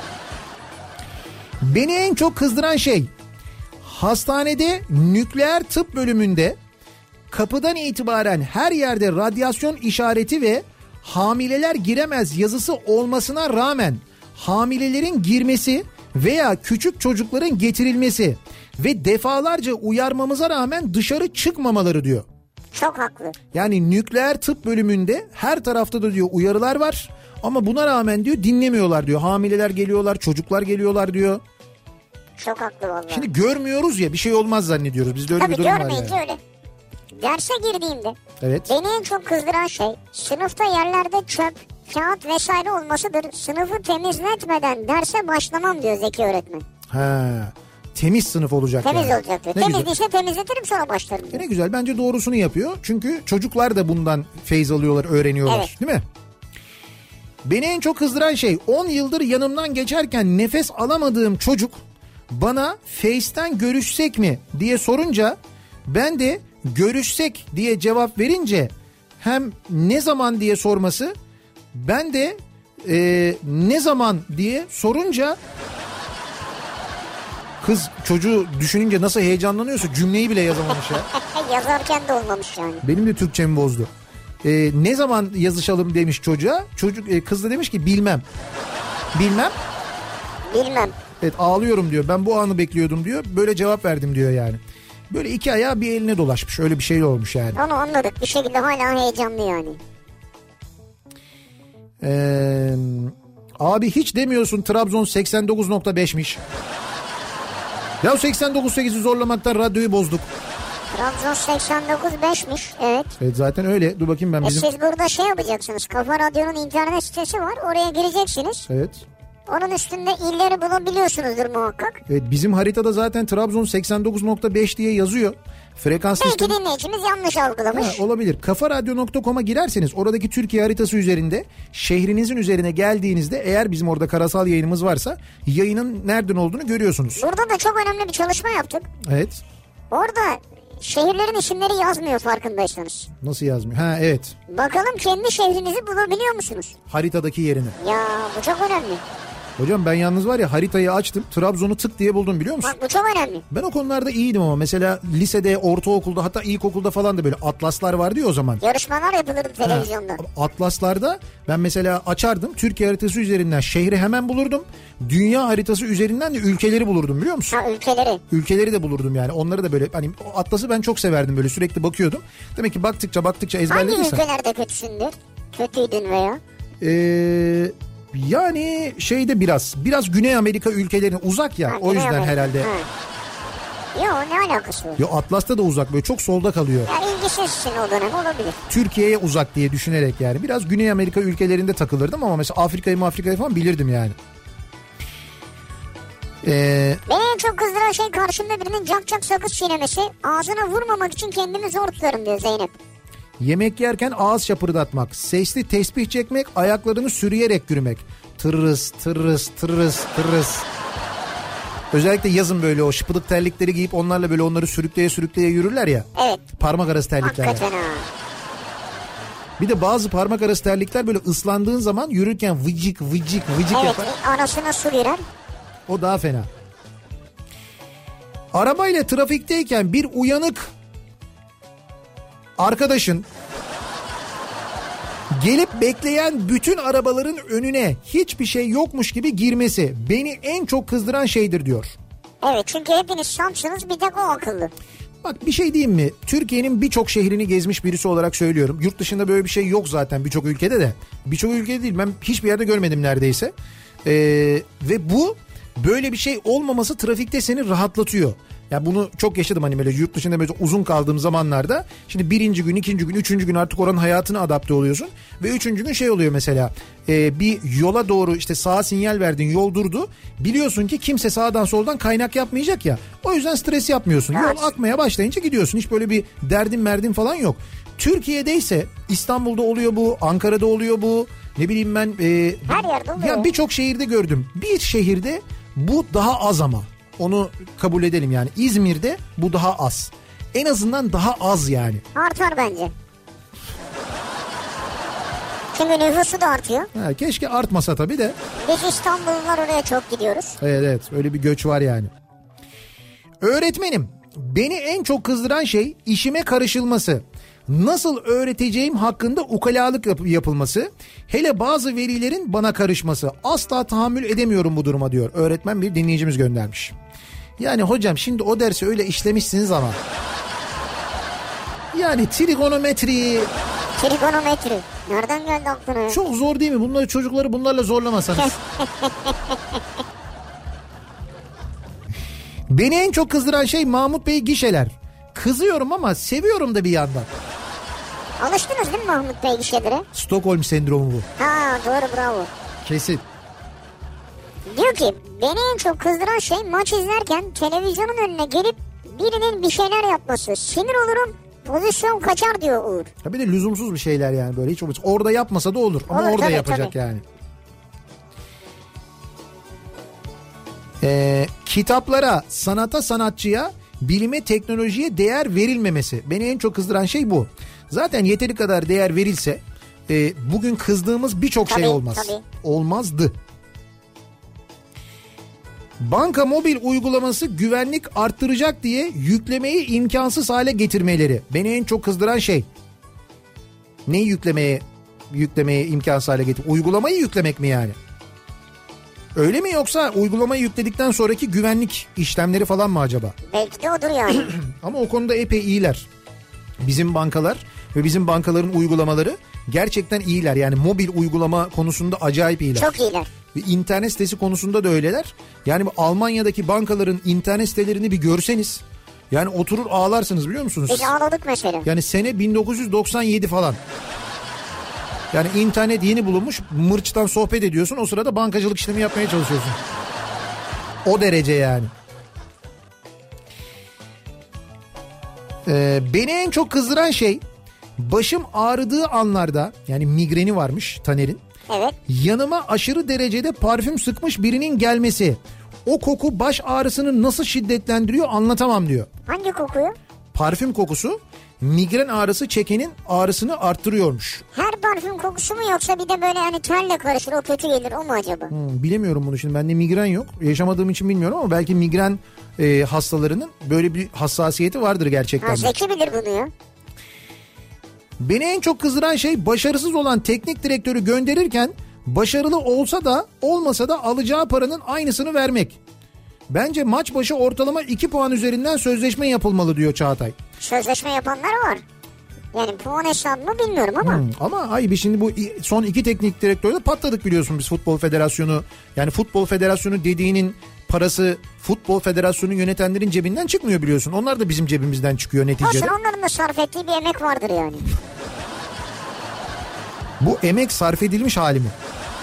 Beni en çok kızdıran şey, hastanede nükleer tıp bölümünde kapıdan itibaren her yerde radyasyon işareti ve hamileler giremez yazısı olmasına rağmen hamilelerin girmesi veya küçük çocukların getirilmesi ve defalarca uyarmamıza rağmen dışarı çıkmamaları diyor. Çok haklı. Yani nükleer tıp bölümünde her tarafta da diyor uyarılar var ama buna rağmen diyor dinlemiyorlar diyor. Hamileler geliyorlar, çocuklar geliyorlar diyor. Çok haklı vallahi. Şimdi görmüyoruz ya, bir şey olmaz zannediyoruz. Bizde öyle Tabii bir durum var yani. görmeyince öyle. Derse girdiğimde Evet. beni en çok kızdıran şey sınıfta yerlerde çöp, kağıt vesaire olmasıdır. Sınıfı temizletmeden derse başlamam diyor Zeki öğretmen. Ha, temiz sınıf olacak Temiz yani. olacak diyor. Ne Temiz güzel. değilse temizletirim sonra başlarım diyor. Ne güzel, bence doğrusunu yapıyor. Çünkü çocuklar da bundan feyz alıyorlar, öğreniyorlar. Evet. Değil mi? Beni en çok kızdıran şey, on yıldır yanımdan geçerken nefes alamadığım çocuk bana Face'ten görüşsek mi diye sorunca ben de görüşsek diye cevap verince hem ne zaman diye sorması, ben de e, ne zaman diye sorunca kız çocuğu düşününce nasıl heyecanlanıyorsa cümleyi bile yazamamış ya. Yazarken de olmamış yani. Benim de Türkçemi bozdu. E, ne zaman yazışalım demiş çocuğa. Çocuk e, kız da demiş ki bilmem. Bilmem. Bilmem. Evet, ağlıyorum diyor. Ben bu anı bekliyordum diyor. Böyle cevap verdim diyor yani. Böyle iki ayağı bir eline dolaşmış. Öyle bir şey olmuş yani. Onu anladık. Bir şekilde hala heyecanlı yani. Ee, abi hiç demiyorsun Trabzon seksen dokuz nokta beşmiş. Ya seksen dokuz sekizi zorlamaktan radyoyu bozduk. Trabzon seksen dokuz beşmiş. Evet. Evet, zaten öyle. Dur bakayım ben E bizim... siz burada şey yapacaksınız. Kafa Radyo'nun internet sitesi var. Oraya gireceksiniz. Evet. Onun üstünde illeri bulabiliyorsunuzdur muhakkak. Evet, bizim haritada zaten Trabzon seksen dokuz nokta beş diye yazıyor. Frekans Belki sistemi... dinleyicimiz yanlış algılamış. Ha, olabilir. kafa radyo nokta com'a girerseniz oradaki Türkiye haritası üzerinde şehrinizin üzerine geldiğinizde, eğer bizim orada karasal yayınımız varsa yayının nereden olduğunu görüyorsunuz. Burada da çok önemli bir çalışma yaptık. Evet. Orada şehirlerin isimleri yazmıyor farkındaysanız. Nasıl yazmıyor? Ha, evet. Bakalım kendi şehrinizi bulabiliyor musunuz? Haritadaki yerini. Ya bu çok önemli. Hocam ben yalnız var ya, haritayı açtım, Trabzon'u tık diye buldum, biliyor musun? Bak bu çok önemli. Ben o konularda iyiydim ama mesela lisede, ortaokulda, hatta ilkokulda falan da böyle atlaslar vardı ya o zaman. Yarışmalar yapılırdı televizyonda. Ha, atlaslarda ben mesela açardım, Türkiye haritası üzerinden şehri hemen bulurdum. Dünya haritası üzerinden de ülkeleri bulurdum, biliyor musun? Ha, ülkeleri. Ülkeleri de bulurdum yani. Onları da böyle, hani o atlası ben çok severdim, böyle sürekli bakıyordum. Demek ki baktıkça baktıkça Hangi ezberlediysen. ülkelerde kötüsündür? Kötüydün veya? Eee... Yani şeyde biraz biraz Güney Amerika ülkelerine uzak ya, Ha, o yüzden Amerika. herhalde. Ha. Yok ne alakası var? Yo Atlas'ta da uzak böyle çok solda kalıyor. Ya ilgisizsin o dönem olabilir. Türkiye'ye uzak diye düşünerek yani. Biraz Güney Amerika ülkelerinde takılırdım ama mesela Afrika'yı Afrika'yı falan bilirdim yani. Ee, Beni en çok kızdıran şey karşımda birinin cak cak sakız çiğnemesi. Ağzına vurmamak için kendimi zor tutarım diyor Zeynep. Yemek yerken ağız şapırdatmak, sesli tesbih çekmek, ayaklarını sürüyerek yürümek. Tırrız, tırrız, tırrız, tırrız. Özellikle yazın böyle o şıpıdık terlikleri giyip onlarla böyle onları sürükleye sürükleye yürürler ya. Evet. Parmak arası terlikler. Hakikaten ha. Bir de bazı parmak arası terlikler böyle ıslandığın zaman yürürken vıcık vıcık vıcık evet, yapar. Evet arasına su girer. O daha fena. Arabayla trafikteyken bir uyanık arkadaşın gelip bekleyen bütün arabaların önüne hiçbir şey yokmuş gibi girmesi beni en çok kızdıran şeydir diyor. Evet çünkü hepiniz samsınız bir tek o akıllı. Bak bir şey diyeyim mi? Türkiye'nin birçok şehrini gezmiş birisi olarak söylüyorum. Yurt dışında böyle bir şey yok zaten birçok ülkede de. Birçok ülkede değil, ben hiçbir yerde görmedim neredeyse. Ee, ve bu böyle bir şey olmaması trafikte seni rahatlatıyor. Ya bunu çok yaşadım hani böyle yurt dışında böyle uzun kaldığım zamanlarda. Şimdi birinci gün, ikinci gün, üçüncü gün artık oranın hayatına adapte oluyorsun. Ve üçüncü gün şey oluyor mesela e, bir yola doğru işte sağa sinyal verdin, yol durdu. Biliyorsun ki kimse sağdan soldan kaynak yapmayacak ya. O yüzden stres yapmıyorsun. Yol akmaya başlayınca gidiyorsun. Hiç böyle bir derdin merdin falan yok. Türkiye'de ise İstanbul'da oluyor bu, Ankara'da oluyor bu. Ne bileyim ben. E, Her yerde oluyor. Ya birçok şehirde gördüm. Bir şehirde bu daha az ama. Onu kabul edelim yani. İzmir'de bu daha az. En azından daha az yani. Artar bence. Çünkü nüfusu da artıyor. Ha, keşke artmasa tabii de. Biz İstanbullular oraya çok gidiyoruz. Evet evet öyle bir göç var yani. Öğretmenim, beni en çok kızdıran şey işime karışılması. Nasıl öğreteceğim hakkında ukalalık yap- yapılması. Hele bazı velilerin bana karışması. Asla tahammül edemiyorum bu duruma diyor. Öğretmen bir dinleyicimiz göndermiş. Yani hocam şimdi o dersi öyle işlemişsiniz ama. Yani trigonometri. Trigonometri. Nereden geldi aklına? Çok zor değil mi? Bunları çocukları bunlarla zorlamasanız. Beni en çok kızdıran şey Mahmut Bey gişeler. Kızıyorum ama seviyorum da bir yandan. Alıştınız değil mi Mahmut Bey gişelere? Stockholm sendromu bu. Ha doğru bravo. Kesin. Diyor ki beni en çok kızdıran şey maç izlerken televizyonun önüne gelip birinin bir şeyler yapması. Sinir olurum, pozisyon kaçar diyor Uğur. Ya bir de lüzumsuz bir şeyler yani böyle hiç olmaz. Orada yapmasa da olur ama Olur, orada tabii, yapacak tabii. yani. Ee, kitaplara, sanata, sanatçıya, bilime, teknolojiye değer verilmemesi. Beni en çok kızdıran şey bu. Zaten yeteri kadar değer verilse e, bugün kızdığımız birçok şey olmaz. Tabii. Olmazdı. Banka mobil uygulaması güvenlik arttıracak diye yüklemeyi imkansız hale getirmeleri. Beni en çok kızdıran şey. Neyi yüklemeye yüklemeye imkansız hale getir? Uygulamayı yüklemek mi yani? Öyle mi yoksa uygulamayı yükledikten sonraki güvenlik işlemleri falan mı acaba? Belki de odur yani. Ama o konuda epey iyiler. Bizim bankalar ve bizim bankaların uygulamaları gerçekten iyiler. Yani mobil uygulama konusunda acayip iyiler. Çok iyiler. Ve internet sitesi konusunda da öyleler. Yani bu Almanya'daki bankaların internet sitelerini bir görseniz yani oturur ağlarsınız biliyor musunuz? Biz ağladık mesela. Yani sene bin dokuz yüz doksan yedi falan. Yani internet yeni bulunmuş, mırçtan sohbet ediyorsun, o sırada bankacılık işlemi yapmaya çalışıyorsun. O derece yani. Ee, beni en çok kızdıran şey başım ağrıdığı anlarda, yani migreni varmış Taner'in. Evet. Yanıma aşırı derecede parfüm sıkmış birinin gelmesi. O koku baş ağrısını nasıl şiddetlendiriyor anlatamam diyor. Hangi kokuyu? Parfüm kokusu migren ağrısı çekenin ağrısını arttırıyormuş. Her parfüm kokusu mu yoksa bir de böyle hani terle karışır o kötü gelir o mu acaba? Hmm, bilemiyorum bunu şimdi, bende migren yok. Yaşamadığım için bilmiyorum ama belki migren e, hastalarının böyle bir hassasiyeti vardır gerçekten. Ha, Zeki bilir bunu ya. Beni en çok kızdıran şey başarısız olan teknik direktörü gönderirken başarılı olsa da olmasa da alacağı paranın aynısını vermek. Bence maç başı ortalama iki puan üzerinden sözleşme yapılmalı diyor Çağatay. Sözleşme yapanlar var. Yani puan hesabı mı bilmiyorum ama. Hmm, ama ay bir şimdi bu son iki teknik direktörle patladık biliyorsun biz Futbol Federasyonu. Yani Futbol Federasyonu dediğinin parası Futbol Federasyonu yönetenlerin cebinden çıkmıyor biliyorsun. Onlar da bizim cebimizden çıkıyor neticede. Olsun, onların da sarf ettiği bir emek vardır yani. Bu emek sarf edilmiş hali mi?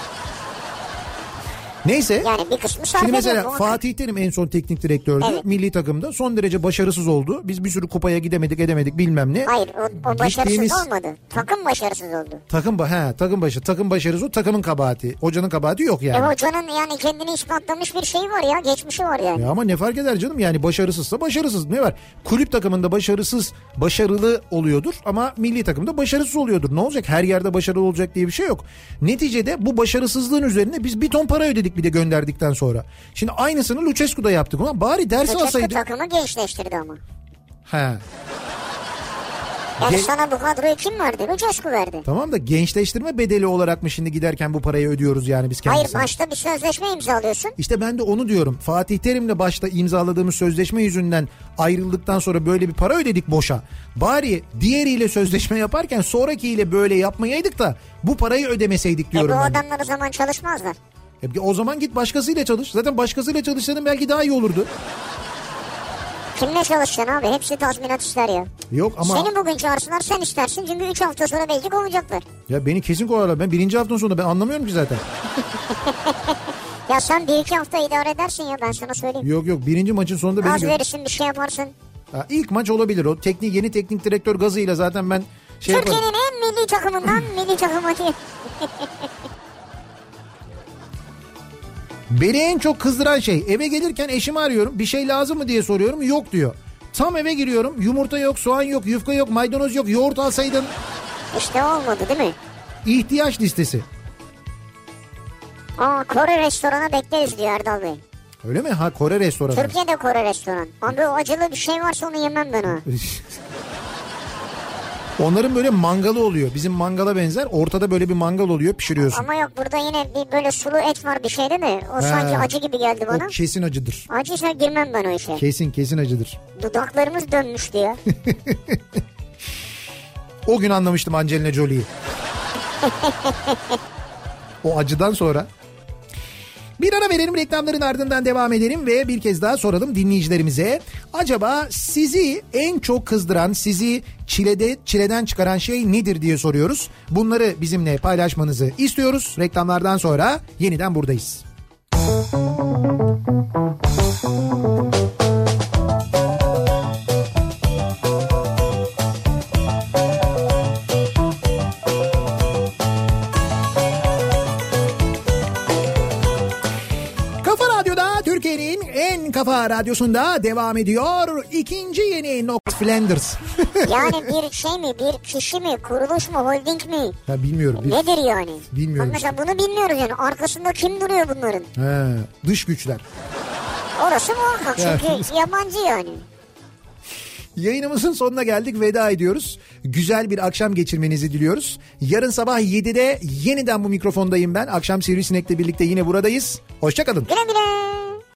Neyse. Yani bir kısmı sarf Şimdi mesela ediyor, Fatih Terim en son teknik direktördü. Evet. Milli takımda son derece başarısız oldu. Biz bir sürü kupaya gidemedik edemedik bilmem ne. Hayır o, o başarısız Gittiğimiz... olmadı. Takım başarısız oldu. Takım he, takım başı takım başarısız o takımın kabahati. Hocanın kabahati yok yani. E hocanın yani kendini ispatlamış bir şey var ya, geçmişi var yani. Ya ama ne fark eder canım, yani başarısızsa başarısız, ne var? Kulüp takımında başarısız başarılı oluyordur ama milli takımda başarısız oluyordur. Ne olacak? Her yerde başarılı olacak diye bir şey yok. Neticede bu başarısızlığın üzerine biz bir ton para ödedik bir de gönderdikten sonra. Şimdi aynısını Lucescu'da yaptık. Ulan bari ders Lucescu alsaydı. Lucescu takımı gençleştirdi ama. He. Yani Gen... sana bu kadroyu kim verdi? Lucescu verdi. Tamam da gençleştirme bedeli olarak mı şimdi giderken bu parayı ödüyoruz yani biz kendisine? Hayır, başta bir sözleşme imzalıyorsun. İşte ben de onu diyorum. Fatih Terim'le başta imzaladığımız sözleşme yüzünden ayrıldıktan sonra böyle bir para ödedik boşa. Bari diğeriyle sözleşme yaparken sonrakiyle böyle yapmayaydık da bu parayı ödemeseydik diyorum. E bu ben adamlar o zaman çalışmazlar. E o zaman git başkasıyla çalış. Zaten başkasıyla çalışsaydın belki daha iyi olurdu. Kimle çalışacaksın abi? Hepsi tazminat ister ya. Yok ama... Seni bugün çağırsınlar sen istersin çünkü üç hafta sonra belki kovacaklar. Ya beni kesin kovarlar. Ben birinci haftanın sonunda ben anlamıyorum ki zaten. Ya sen bir iki hafta idare edersin ya, ben sana söyleyeyim. Yok yok, birinci maçın sonunda... Az beni verirsin, bir şey yaparsın. Ha, ilk maç olabilir o teknik yeni teknik direktör gazıyla zaten ben... Şey Türkiye'nin yaparım. En milli takımından milli takıma diye. Beni en çok kızdıran şey, eve gelirken eşimi arıyorum, bir şey lazım mı diye soruyorum, yok diyor. Tam eve giriyorum, yumurta yok, soğan yok, yufka yok, maydanoz yok, yoğurt alsaydın. İşte olmadı değil mi? İhtiyaç listesi. Aa, Kore restorana bekleriz diyor Erdal Bey. Öyle mi? Ha, Kore restoranı. Türkiye'de Kore restoran. Abi o acılı bir şey varsa onu yemem ben o. Onların böyle mangalı oluyor. Bizim mangala benzer. Ortada böyle bir mangal oluyor, pişiriyorsun. Ama yok, burada yine bir böyle sulu et var bir şey değil mi? O He, sanki acı gibi geldi bana. O kesin acıdır. Acıysa girmem ben o işe. Kesin kesin acıdır. Dudaklarımız dönmüştü ya. O gün anlamıştım Angelina Jolie'yi. O acıdan sonra. Bir ara verelim, reklamların ardından devam edelim ve bir kez daha soralım dinleyicilerimize. Acaba sizi en çok kızdıran, sizi çilede çileden çıkaran şey nedir diye soruyoruz. Bunları bizimle paylaşmanızı istiyoruz. Reklamlardan sonra yeniden buradayız. Kafa Radyosu'nda devam ediyor. İkinci yeni Nox Flanders. Yani bir şey mi, bir kişi mi, kuruluş mu, holding mi? Ya bilmiyorum. Bir... Nedir yani? Bilmiyorum. Bak mesela bunu bilmiyoruz yani. Arkasında kim duruyor bunların? He, dış güçler. Orası muhakkak çünkü yabancı yani. Yayınımızın sonuna geldik, veda ediyoruz. Güzel bir akşam geçirmenizi diliyoruz. Yarın sabah yedide yeniden bu mikrofondayım ben. Akşam Sivrisinek'le birlikte yine buradayız. Hoşça kalın. Güle güle.